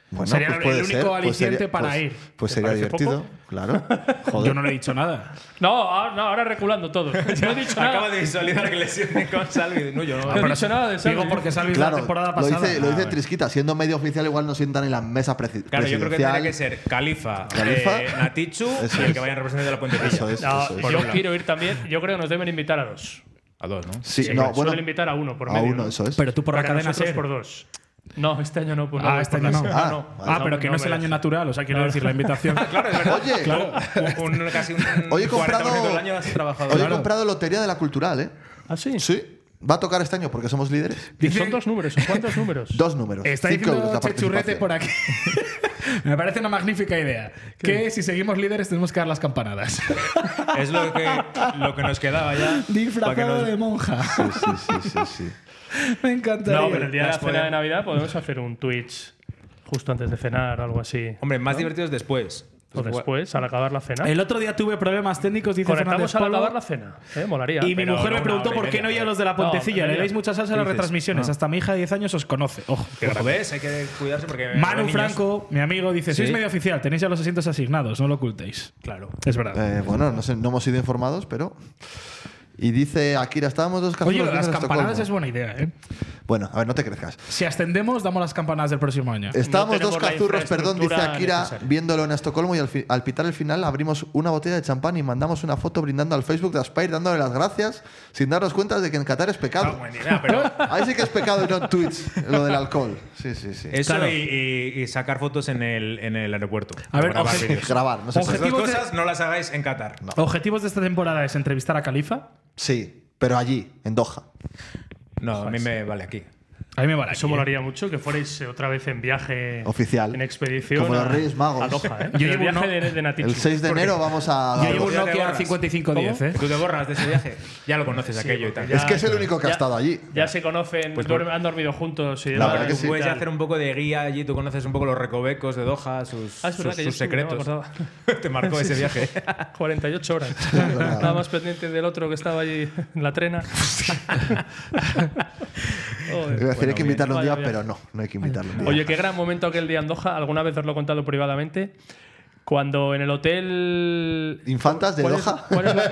Bueno, Sería pues el puede único ser, pues aliciente sería- para pues- ir. Pues ¿Te sería parece divertido, poco? claro. Joder. Yo no le he dicho nada. No, ahora, no, ahora reculando todo. No he dicho Acaba nada. de visualizar que le sienten con Salvi. No, yo no. No he dicho nada de Salvi. Digo porque Salvi Claro, la temporada lo pasada. dice, lo Ah, dice vale. Trisquita. Siendo medio oficial, igual no sientan en la mesa presi- Claro, yo creo que presidencial. tendría que ser Califa, Califa. eh, Natichu Eso y el es. que vaya en representante de la Puentecilla. Eso es. No, eso es. Por yo un lado. quiero ir también. Yo creo que nos deben invitar a dos. A dos, ¿no? Sí, Sí, no, suelen bueno, invitar a uno por a medio. uno, ¿no? eso es. Pero tú por la Para cadena nosotros ser. por dos. No, este año no. Pues Ah, voy este por año la- no. Ah, no. Ah, pero que no, es el me año dejas. natural, o sea, quiero decir, la invitación. Claro, es verdad. Oye, Claro. Un, un- casi un Hoy he cuarenta comprado- por ciento del año has trabajado. hoy he Claro. comprado Lotería de la Cultural, ¿eh? ¿Ah, sí? Sí. Va a tocar este año porque somos líderes. Dice- Son dos números. ¿Son cuántos números? Dos números. Está Cinco euros diciendo la Chechurrete participación. por aquí. Me parece una magnífica idea. Que si seguimos líderes tenemos que dar las campanadas. Es lo que, lo que nos quedaba ya. para que Disfrazado nos- de monja. Sí, sí, sí, sí, sí. Me encantaría. No, pero el día de la Las cena podemos- de Navidad podemos hacer un Twitch justo antes de cenar o algo así. Hombre, más divertidos después. O después, al acabar la cena. El otro día tuve problemas técnicos, dice Conectamos Fernández al Polo, acabar la cena. ¿eh? Molaría. y mi Pero mujer no me preguntó una hora y por qué no media, oía los de la No, Pontecilla. Le media. dais muchas salsas a las dices? retransmisiones. Ah. Hasta mi hija de diez años os conoce. Ojo, qué Ojo, grande. ¿ves? Hay que cuidarse porque. Manu los niños- Franco, mi amigo, dice: Sois Sí. medio oficial, tenéis ya los asientos asignados, no lo ocultéis. Claro. Es verdad. Eh, bueno, no, sé, no hemos sido informados, pero. Y dice Akira, estábamos dos cazurros Oye, viendo las en campanadas Estocolmo. es buena idea, ¿eh? Bueno, a ver, no te crezcas. Si ascendemos, damos las campanadas del próximo año. Estábamos tenemos dos la cazurros, perdón, dice infraestructura Akira, necesaria. viéndolo en Estocolmo y al, fi- al pitar el final abrimos una botella de champán y mandamos una foto brindando al Facebook de Aspire dándole las gracias sin darnos cuenta de que en Qatar es Ah, pecado. buena idea, pero Ahí sí que es pecado y no en Twitch, lo del alcohol. Sí, sí, sí. eso Claro. y, y- y sacar fotos en el, en el aeropuerto. A ver, grabar oje- vídeos. Grabar, no sé. Esas dos Objetivos de- cosas no las hagáis en Qatar. Objetivos de esta temporada es entrevistar a Califa. Sí, pero allí, en Doha. No, a mí me vale aquí. A mí me vale. Eso aquí, ¿eh? molaría mucho que fuerais eh, otra vez en viaje Oficial. en expedición Como los a- Reyes Magos. a Doha, ¿eh? Yo El llevo viaje uno- de, de Natichu. El seis de Porque enero vamos a. Yo llevo un Ya te Nokia borras. cincuenta y cinco diez, ¿eh? ¿Tú te borras de ese viaje? Ya lo conoces Sí, aquello y tal. porque Es que es el único que ha ya- estado allí. Ya se conocen, Pues duermen- han dormido juntos y La demás, verdad que y sí. Puedes tal. ya hacer un poco de guía allí, tú conoces un poco los recovecos de Doha, sus, Ah, es verdad sus, que yo sus estuve, no me secretos. acordaba. Te marcó ese viaje. cuarenta y ocho horas. Nada más pendiente del otro que estaba allí en la trena. Joder. Iba a decir, hay que bien. invitarlo un Vaya día, viaje. pero no, no hay que invitarlo un día. Oye, qué gran momento aquel día en Doha. Alguna vez os lo he contado privadamente. Cuando en el hotel. ¿Infantas de ¿Cuál es- Doha? ¿Cuál es la,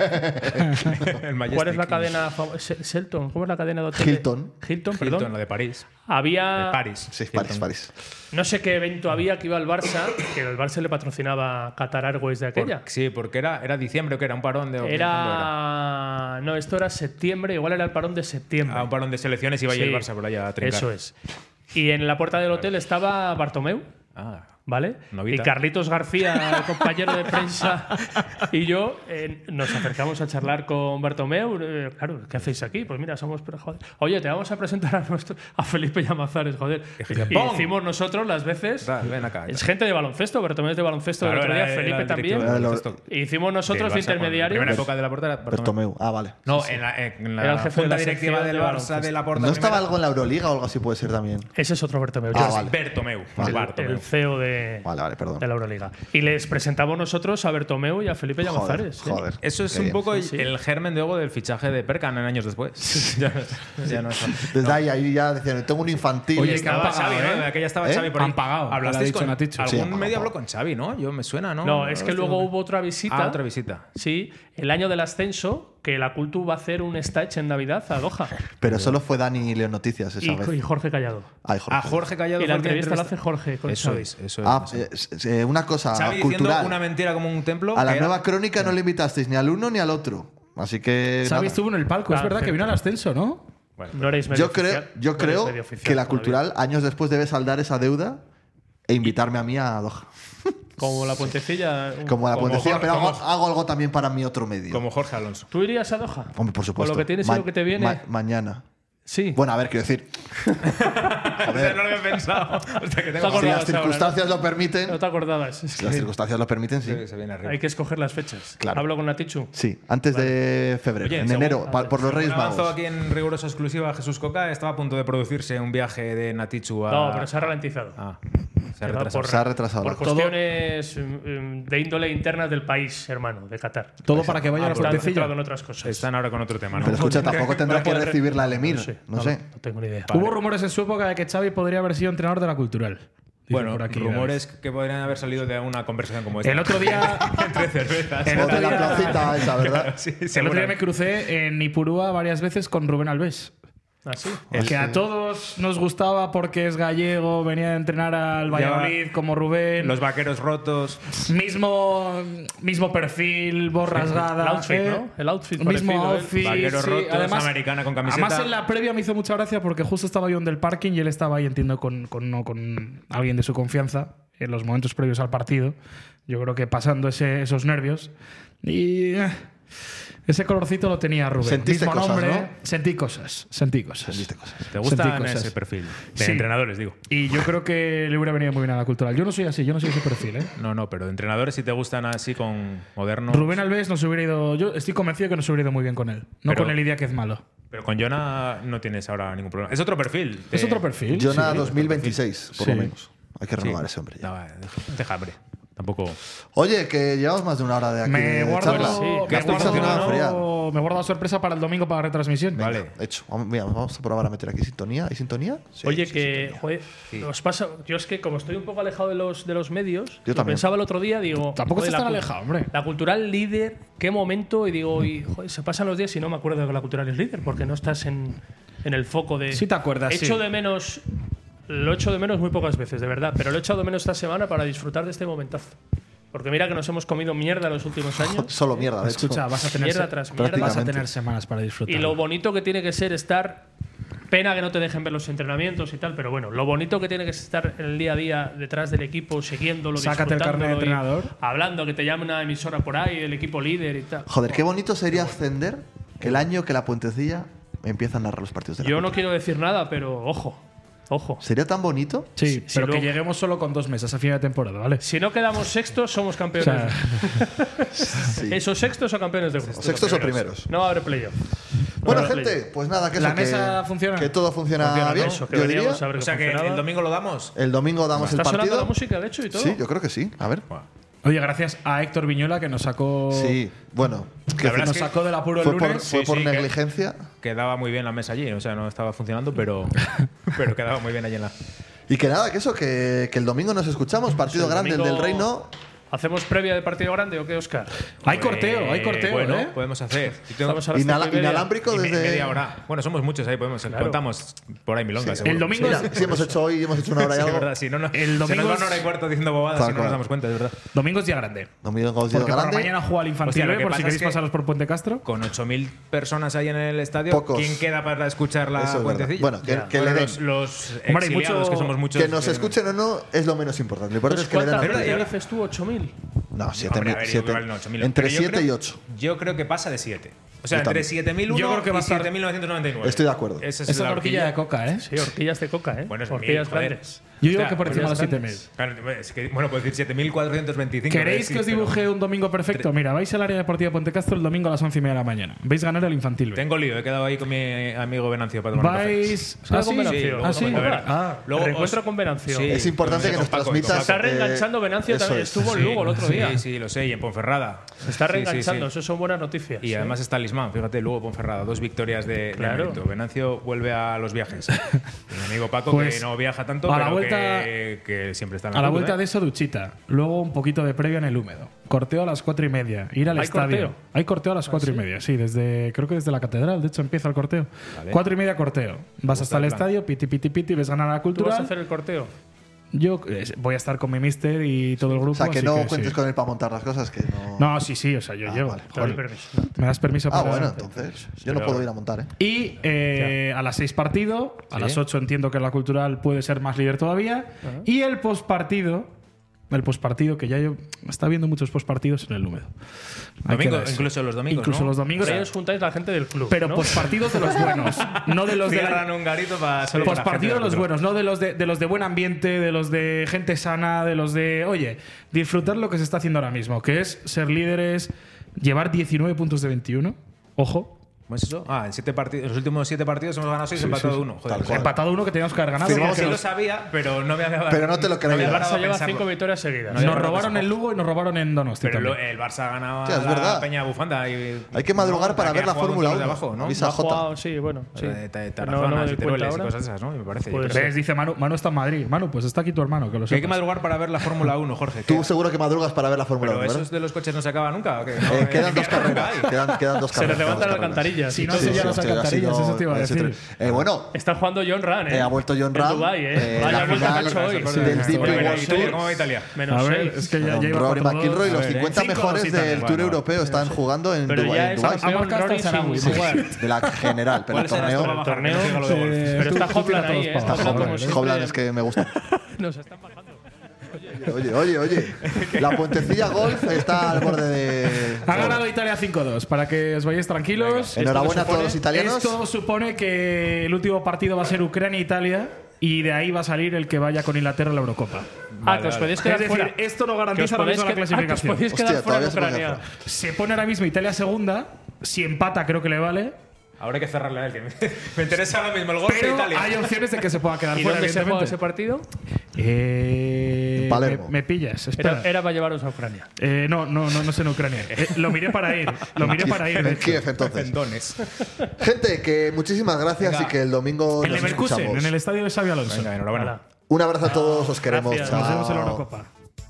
El Majestic. cuál es la cadena? fam- Se- Selton. ¿Cómo es la cadena de hotel? Hilton. Hilton, perdón. Hilton, lo de París. Había. De París. Sí, París, París. No sé qué evento había que iba al Barça, que el Barça le patrocinaba Qatar Airways de aquella. Por- sí, porque era, era diciembre o que era un parón de. ¿cuándo Era. No, esto era septiembre, igual era el parón de septiembre. Ah, un parón de selecciones y iba Sí, el Barça por allá a trincar. Eso es. Y en la puerta del hotel estaba Bartomeu. Ah, ¿Vale? Novita. Y Carlitos García, el compañero de prensa, y yo eh, nos acercamos a charlar con Bartomeu. Eh, claro, ¿qué hacéis aquí? Pues mira, somos. Pero, joder. Oye, te vamos a presentar a, nuestro, a Felipe Llamazares, joder. dije, Y ¡pum! hicimos nosotros las veces. Dale, ven acá. Es gente de baloncesto, Bartomeu es de baloncesto Claro, el otro era- día, era Felipe el también. directivo de Era lo- baloncesto. E hicimos nosotros Del Barça, intermediarios. En la primera época de la porta era Bartomeu. Ah, vale. No, en la, en la Era el jefe de junta la directiva sección del de Barça baloncesto. de la porta. ¿No estaba primera. algo en la Euroliga o algo así puede ser también? Ese es otro Bartomeu. Ah, Yo- vale. Bertomeu. el, Bartomeu. el C E O de, Vale, vale, perdón. de la Euroliga. Y les presentamos nosotros a Bertomeu y a Felipe Joder, Llamazares. ¿eh? joder. Eso es Qué un bien. poco Sí, sí. el germen de Hugo del fichaje de Perkan en años después. ya, ya no es. Desde ahí, ahí ya decían, tengo un infantil. Oye, Estaba que han pagado, Xavi, ¿no? ¿eh? Aquella estaba ¿Eh? Xavi por ahí. Han pagado, ¿Hablasteis le ha dicho con Natichu. algún Sí, han pagado, medio habló pagado. con Xavi, ¿no? Yo me suena, ¿no? No, es que luego hubo otra visita. Ah, otra visita. Sí, el año del ascenso, que la Cultu va a hacer un stage en Navidad a Doha. Pero solo fue Dani Leo Noticias esa Y, vez. y Jorge Callado. Ay, Jorge. A Jorge Callado. Y la fue el que entrevista la hace entrevistó. Jorge con Eso Xavi. es, eso es. Ah, sí. eh, eh, una cosa Xavi diciendo cultural. una mentira como un templo. A la que era- nueva crónica no le invitasteis ni al uno ni al otro. Así que. Xavi nada. estuvo en el palco, es Ah, verdad que vino al ascenso, ¿no? Bueno, No erais medio Yo creo, oficial. yo No erais creo medio oficial que la todavía. cultural años después debe saldar esa deuda e invitarme a mí a Doha. Como la puentecilla. un- Como la Como puentecilla, Jorge- pero hago, como- hago algo también para mi otro medio. como Jorge Alonso. ¿Tú irías a Doha? Hombre, por supuesto. Con lo que tienes y Ma- lo que te viene. ma- mañana. Sí. Bueno, a ver, quiero decir, Joder, no lo había pensado. Hasta que Te tengo si acordabas las ahora, circunstancias lo permiten. No te acordabas. Es Si las que circunstancias lo permiten, sí. Se viene arriba. hay que escoger las fechas. Claro. Hablo con Natichu. Sí, antes de febrero. Oye, en según- enero, pa- por los Reyes Avanzó Magos. aquí en rigurosa exclusiva Jesús Coca. Estaba a punto de producirse un viaje de Natichu a. No, pero se ha ralentizado. Ah, se ha Quedado retrasado. por- Se ha retrasado Por la cosa. cuestiones mm, de índole internas del país, hermano, de Qatar. Todo para que vaya a la Están puentecilla. centrados en otras cosas. Están ahora con otro tema, ¿no? Pero escucha, tampoco tendrá No que puede- recibirla el Emir. No sé. No no, sé. no tengo ni idea. Hubo rumores en su época de que Xavi podría haber sido entrenador de la cultural. Bueno, por aquí, rumores que podrían haber salido de una conversación como esta. El otro día. Entre cervezas. El O otro de la día- placita esa, ¿verdad? Sí, El otro día seguro. me crucé en Ipurúa varias veces con Rubén Alves. Así. El que a todos nos gustaba porque es gallego, venía a entrenar al Valladolid como Rubén. Los vaqueros rotos. Mismo, mismo perfil, voz rasgada. El outfit, ¿eh? ¿no? El outfit Mismo parecido, ¿eh? outfit. Vaqueros sí. rotos, Además, americana con camiseta. Además, en la previa me hizo mucha gracia porque justo estaba yo en del parking y él estaba ahí, entiendo, con, con, no, con alguien de su confianza en los momentos previos al partido. Yo creo que pasando ese, esos nervios. Y. eh, ese colorcito lo tenía Rubén. Sentiste Mismo cosas, nombre, ¿no? Sentí cosas. Sentí cosas. Sentiste cosas. ¿Te gusta Sentí cosas. ese perfil? De Sí. entrenadores, digo. Y yo creo que le hubiera venido muy bien a la cultural. Yo no soy así, yo no soy ese perfil, ¿eh? No, no, pero de entrenadores si te gustan así con modernos. Rubén Alves nos hubiera ido. Yo estoy convencido que nos hubiera ido muy bien con él. No Pero- con el idea que es malo. Pero con Jonah no tienes ahora ningún problema. Es otro perfil. Es Te- otro perfil. Jonah sí. dos mil veintiséis, por Sí. lo menos. Hay que Sí. renovar a ese hombre ya. No, va, deja, deja, hombre. Tampoco. Oye, que llevamos más de una hora de aquí Me de guardo, charla. sí, me, Que esto guardo, se hace una fría. me guardo la sorpresa para el domingo para la retransmisión. Venga, Vale. hecho. Vamos, mira, vamos a probar a meter aquí sintonía. ¿Hay sintonía? Sí, Oye, sí, que, sintonía. joder, os pasa. Yo es que como estoy un poco alejado de los, de los medios, Yo lo también. pensaba el otro día, digo. Tampoco joder, estás tan la cul- alejado, hombre. La cultural líder, qué momento, y digo, y, joder, se pasan los días y no me acuerdo de que la cultural es líder, porque no estás en, en el foco de. Sí te acuerdas, Echo sí. de menos. Lo echo de menos muy pocas veces, de verdad, pero lo he echado de menos esta semana para disfrutar de este momentazo. Porque mira que nos hemos comido mierda los últimos años. Solo mierda, de hecho. Escucha, vas a tener, Mierda se- tras mierda. vas a Prácticamente. tener semanas para disfrutar. Y lo bonito que tiene que ser estar. Pena que no te dejen ver los entrenamientos y tal, pero bueno, lo bonito que tiene que ser estar en el día a día detrás del equipo, siguiéndolo, Sácate el carnet de disfrutándolo y entrenador. hablando, que te llame una emisora por ahí, el equipo líder y tal. Joder, qué bonito sería ascender que el año que la Puentecilla empieza a narrar los partidos de la Yo no cultural. quiero decir nada, pero ojo, ojo. ¿Sería tan bonito? Sí, Si pero que luego- lleguemos solo con dos meses a fin de temporada, ¿vale? Si no quedamos sextos, somos O campeones. sea, Sí. ¿Esos sextos o campeones de grupo? ¿O sextos o primeros? No va a haber playoff. Bueno, No va a haber gente, playoff. pues nada, que La eso, mesa que, funciona. que todo funciona, Funciona, ¿no? bien. Eso, que yo veníamos diría. a ver O que sea que funcionaba. el domingo lo damos. El domingo damos el ¿Está sonando partido. la música, de hecho, y todo? Sí, yo creo que sí. A ver. oye, gracias a Héctor Viñola que nos sacó. Sí, bueno. La que verdad nos es que sacó del apuro el fue por, lunes. fue Sí, por sí, que- negligencia. Quedaba muy bien la mesa allí. O sea, no estaba funcionando, pero, pero quedaba muy bien allí en la. Y que nada, que eso, que, que el domingo nos escuchamos. Partido El grande, el domingo- del Reino. ¿Hacemos previa de partido grande o qué, Oscar? Hay corteo, hay Eh, corteo, Bueno, ¿eh? podemos hacer. Yo tengo- Estamos a las Inhala- cinco y media. inalámbrico y me- desde. media hora. Bueno, somos muchos ahí, podemos Claro. contamos por ahí milongas. Sí. seguro. El domingo Mira, es- si hemos hecho hoy, hemos hecho una hora y Sí, es algo. verdad, sí, no, no. El Se nos domingo va es- una hora y cuarto diciendo bobadas Tal y no cual. nos damos cuenta, es verdad. Domingo es día grande. Domingo es día Porque por la grande. mañana juega el infantil, Hostia, lo ¿eh? que por si pasa queréis es que- pasaros por Puente Castro. Con ocho mil personas ahí en el estadio, Pocos. ¿quién queda para escuchar la Eso es verdad. puentecilla? Bueno, que, Ya. que Bueno, le los, den. los Hombre, hay exiliados, mucho- que somos muchos. Que nos escuchen o no es lo menos importante. Lo importante Pues es que le den ¿cuánta a gente ya. dices tú? ¿ocho mil? No, siete Hombre, mil. a ver, siete- igual no, ocho mil. Entre Pero yo siete y creo- ocho. Yo creo que pasa de siete. O sea, Yo entre también. siete mil uno Yo creo que va y a estar- siete mil novecientos noventa y nueve. Estoy de acuerdo. Esa es Esa es la la horquilla de coca, ¿eh? Sí, horquillas de coca, ¿eh? Bueno, es horquillas mil, joder. grandes. Yo digo Hostia, que por encima de los horquillas siete mil. grandes. Claro, es que, bueno, puedo decir siete mil cuatrocientos veinticinco. ¿Queréis sí, que os pero dibuje un domingo perfecto? Mira, vais al área deportiva de Puente Castro el domingo a las once y media de la mañana. Vais a ganar el infantil B. Tengo lío, he quedado ahí con mi amigo Venancio para tomar un café. Vais. Sale ¿Ah, con sí? Venancio. ¿Ah, sí? A ver, Ah, luego Reencuentro os- con Venancio. Sí, Es importante con- que nos con Paco, transmitas. con Se está Paco. reenganchando Venancio eso también. es. Estuvo en Sí, Lugo el otro sí, día. Sí, lo sé, y en Ponferrada. Se está Sí, sí, reenganchando. sí. Eso son buenas noticias. Y ¿eh? además está Lismán, fíjate, Lugo Ponferrada, dos victorias de, de Claro. mérito. Venancio vuelve a los viajes. Y mi amigo Paco, Pues, que no viaja tanto, a la pero vuelta- que, que siempre está en la A la cultura, vuelta ¿eh? de eso, duchita. Luego un poquito de previa en el húmedo. Corteo a las cuatro y media. Ir al ¿Hay estadio. corteo? Hay corteo a las cuatro y media, sí. Desde, creo que desde la catedral, de hecho, empieza el corteo. Vale. Cuatro y media corteo. Vas hasta el el plan. estadio, piti, piti, piti, ves ganar a la ¿Tú vas cultura. a hacer el corteo? Yo eh, voy a estar con mi mister y todo el grupo. O sea, que así no sí. cuentes con él para montar las cosas. Que no. No, sí, sí, o sea, yo Ah, llevo. vale. Te doy Joder, permiso. ¿me das permiso Ah, para.? bueno, entonces. Yo no puedo ir a montar, ¿eh? Y eh, a las seis partido, a Sí. las ocho entiendo que la cultural puede ser más líder todavía. Y el postpartido, el postpartido, que ya yo está viendo muchos postpartidos en el húmedo. Hay que Domingo, darse. incluso los domingos, Incluso ¿no? los domingos. Ahí os juntáis la gente del club. Pero ¿no? postpartidos de los buenos, no de los de la- Cierran un garito para solo para Postpartido de gente los del buenos, no de los de, de los de buen ambiente, de los de gente sana, de los de, oye, disfrutar lo que se está haciendo ahora mismo, que es ser líderes, llevar diecinueve puntos de veintiuno, ojo, ¿Cómo es eso? Ah, en siete partidos, en los últimos siete partidos hemos ganado seis, Sí, empatado sí, sí. uno. Joder, Tal o sea, cual. Empatado uno que teníamos que haber ganado. Firmamos porque sí nos- lo sabía, pero no me había Pero no te lo me había creías. El parado Barça a lleva pensarlo. cinco victorias seguidas. No, yo Nos no lo robaron pensaba. en Lugo y nos robaron en Donosti. Pero lo- también. el Barça ganaba Sí, es la verdad. Peña Bufanda. Y, Hay que madrugar ¿no? para ver que la ha jugado Fórmula contra uno. los de abajo, ¿no? Avisa Ha Jota. jugado, sí, bueno. Sí. De- de- de No, Tarazona, no me doy cuenta Terueles y ahora. cosas esas, ¿no? Me parece. Puede Yo ser. creo. ¿Ves? Dice Manu, Manu está en Madrid. Manu, pues está aquí tu hermano, que lo Que hay que sepas. madrugar para ver la Fórmula uno, Jorge. Tú que- seguro que madrugas para ver la Fórmula Pero uno, esos ¿verdad? de los coches no se acaba nunca. ¿o qué? No, Eh, en quedan dos invierno nunca carreras. hay. Quedan, quedan dos Se les carreras. levantan quedan las dos carreras. alcantarillas. Si no, Sí, se sí, ya sí. las hostia, ha alcantarillas, sido- eso te iba a ha sido decir. tre- Eh, bueno, Está jugando John Ran, ¿eh? eh, ha vuelto John En Ram. Dubái, ¿eh? eh, Vaya la vuelta que ha final hecho hoy. Sí, del sí. D P Oye, World Italia, Tour. ¿Cómo va Italia? Menos A ver, seis. es que ya, Con ya iba Rory cuatro dos. McIlroy, los A ver, cincuenta cinco mejores dos Italia. del Tour Bueno. Europeo están jugando en Pero Dubái. ya en es Dubái. campeón Ha marcado hasta el Rory sin Sarawi, jugar. De la general, pero el ¿Cuál será torneo. esto? El torneo. Que no sé lo de Eh, Pero tú- está tú tira Hopland ahí, todos ¿eh? para Está abajo, como ¿vale? siempre. Hoblan es que me gusta. Nos están bajando. Oye, oye, oye. La puentecilla golf está al borde de. Ha ganado Italia cinco dos, para que os vayáis tranquilos. Enhorabuena a supone- todos los italianos. Esto supone que el último partido va a ser Ucrania-Italia y de ahí va a salir el que vaya con Inglaterra a la Eurocopa. Ah, que os podéis Es quedar decir, fuera. esto no Que os garantiza ahora podéis mismo la que- ah, que os clasificación. podéis quedar Hostia, fuera de todavía se puede Ucrania. quedar Se pone ahora mismo Italia segunda. Si empata, creo que le vale. Ahora hay que cerrarle a él. Que me, me interesa ahora mismo el gol de Pero Italia. hay opciones de que se pueda quedar ¿Y fuera. dónde se juega evidentemente. ese partido? Eh, En Palermo. Me, me pillas, espera. Era, era para llevaros a Ucrania. Eh, no, no, no, no sé en Ucrania. Eh, lo miré para ir. Lo miré para ir. de En hecho. Kiev, entonces. Tendones. Gente, que muchísimas gracias Venga. y que el domingo En nos Leverkusen, escuchamos. en el estadio de Xabi Alonso. Venga, enhorabuena. Hala. Un abrazo a todos, os queremos. Gracias. Chao. Nos vemos en la Eurocopa.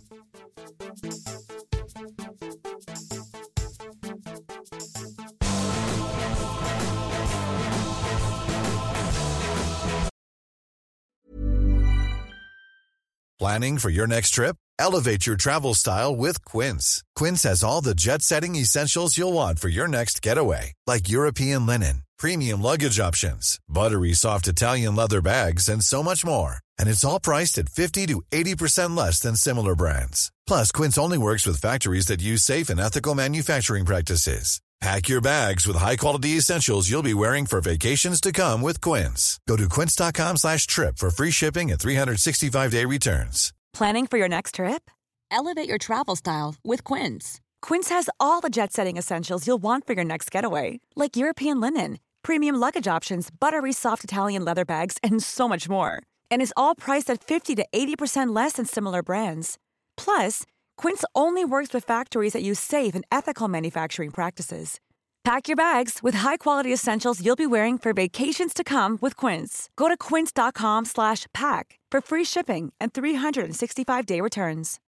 Planning for your next trip? Elevate your travel style with Quince. Quince has all the jet-setting essentials you'll want for your next getaway, like European linen, premium luggage options, buttery soft Italian leather bags, and so much more. And it's all priced at fifty to eighty percent less than similar brands. Plus, Quince only works with factories that use safe and ethical manufacturing practices. Pack your bags with high-quality essentials you'll be wearing for vacations to come with Quince. Go to quince.com slash trip for free shipping and three sixty-five day returns. Planning for your next trip? Elevate your travel style with Quince. Quince has all the jet-setting essentials you'll want for your next getaway, like European linen, premium luggage options, buttery soft Italian leather bags, and so much more. And is all priced at fifty to eighty percent less than similar brands. Plus, Quince only works with factories that use safe and ethical manufacturing practices. Pack your bags with high-quality essentials you'll be wearing for vacations to come with Quince. Go to quince.com slash pack for free shipping and three sixty-five day returns.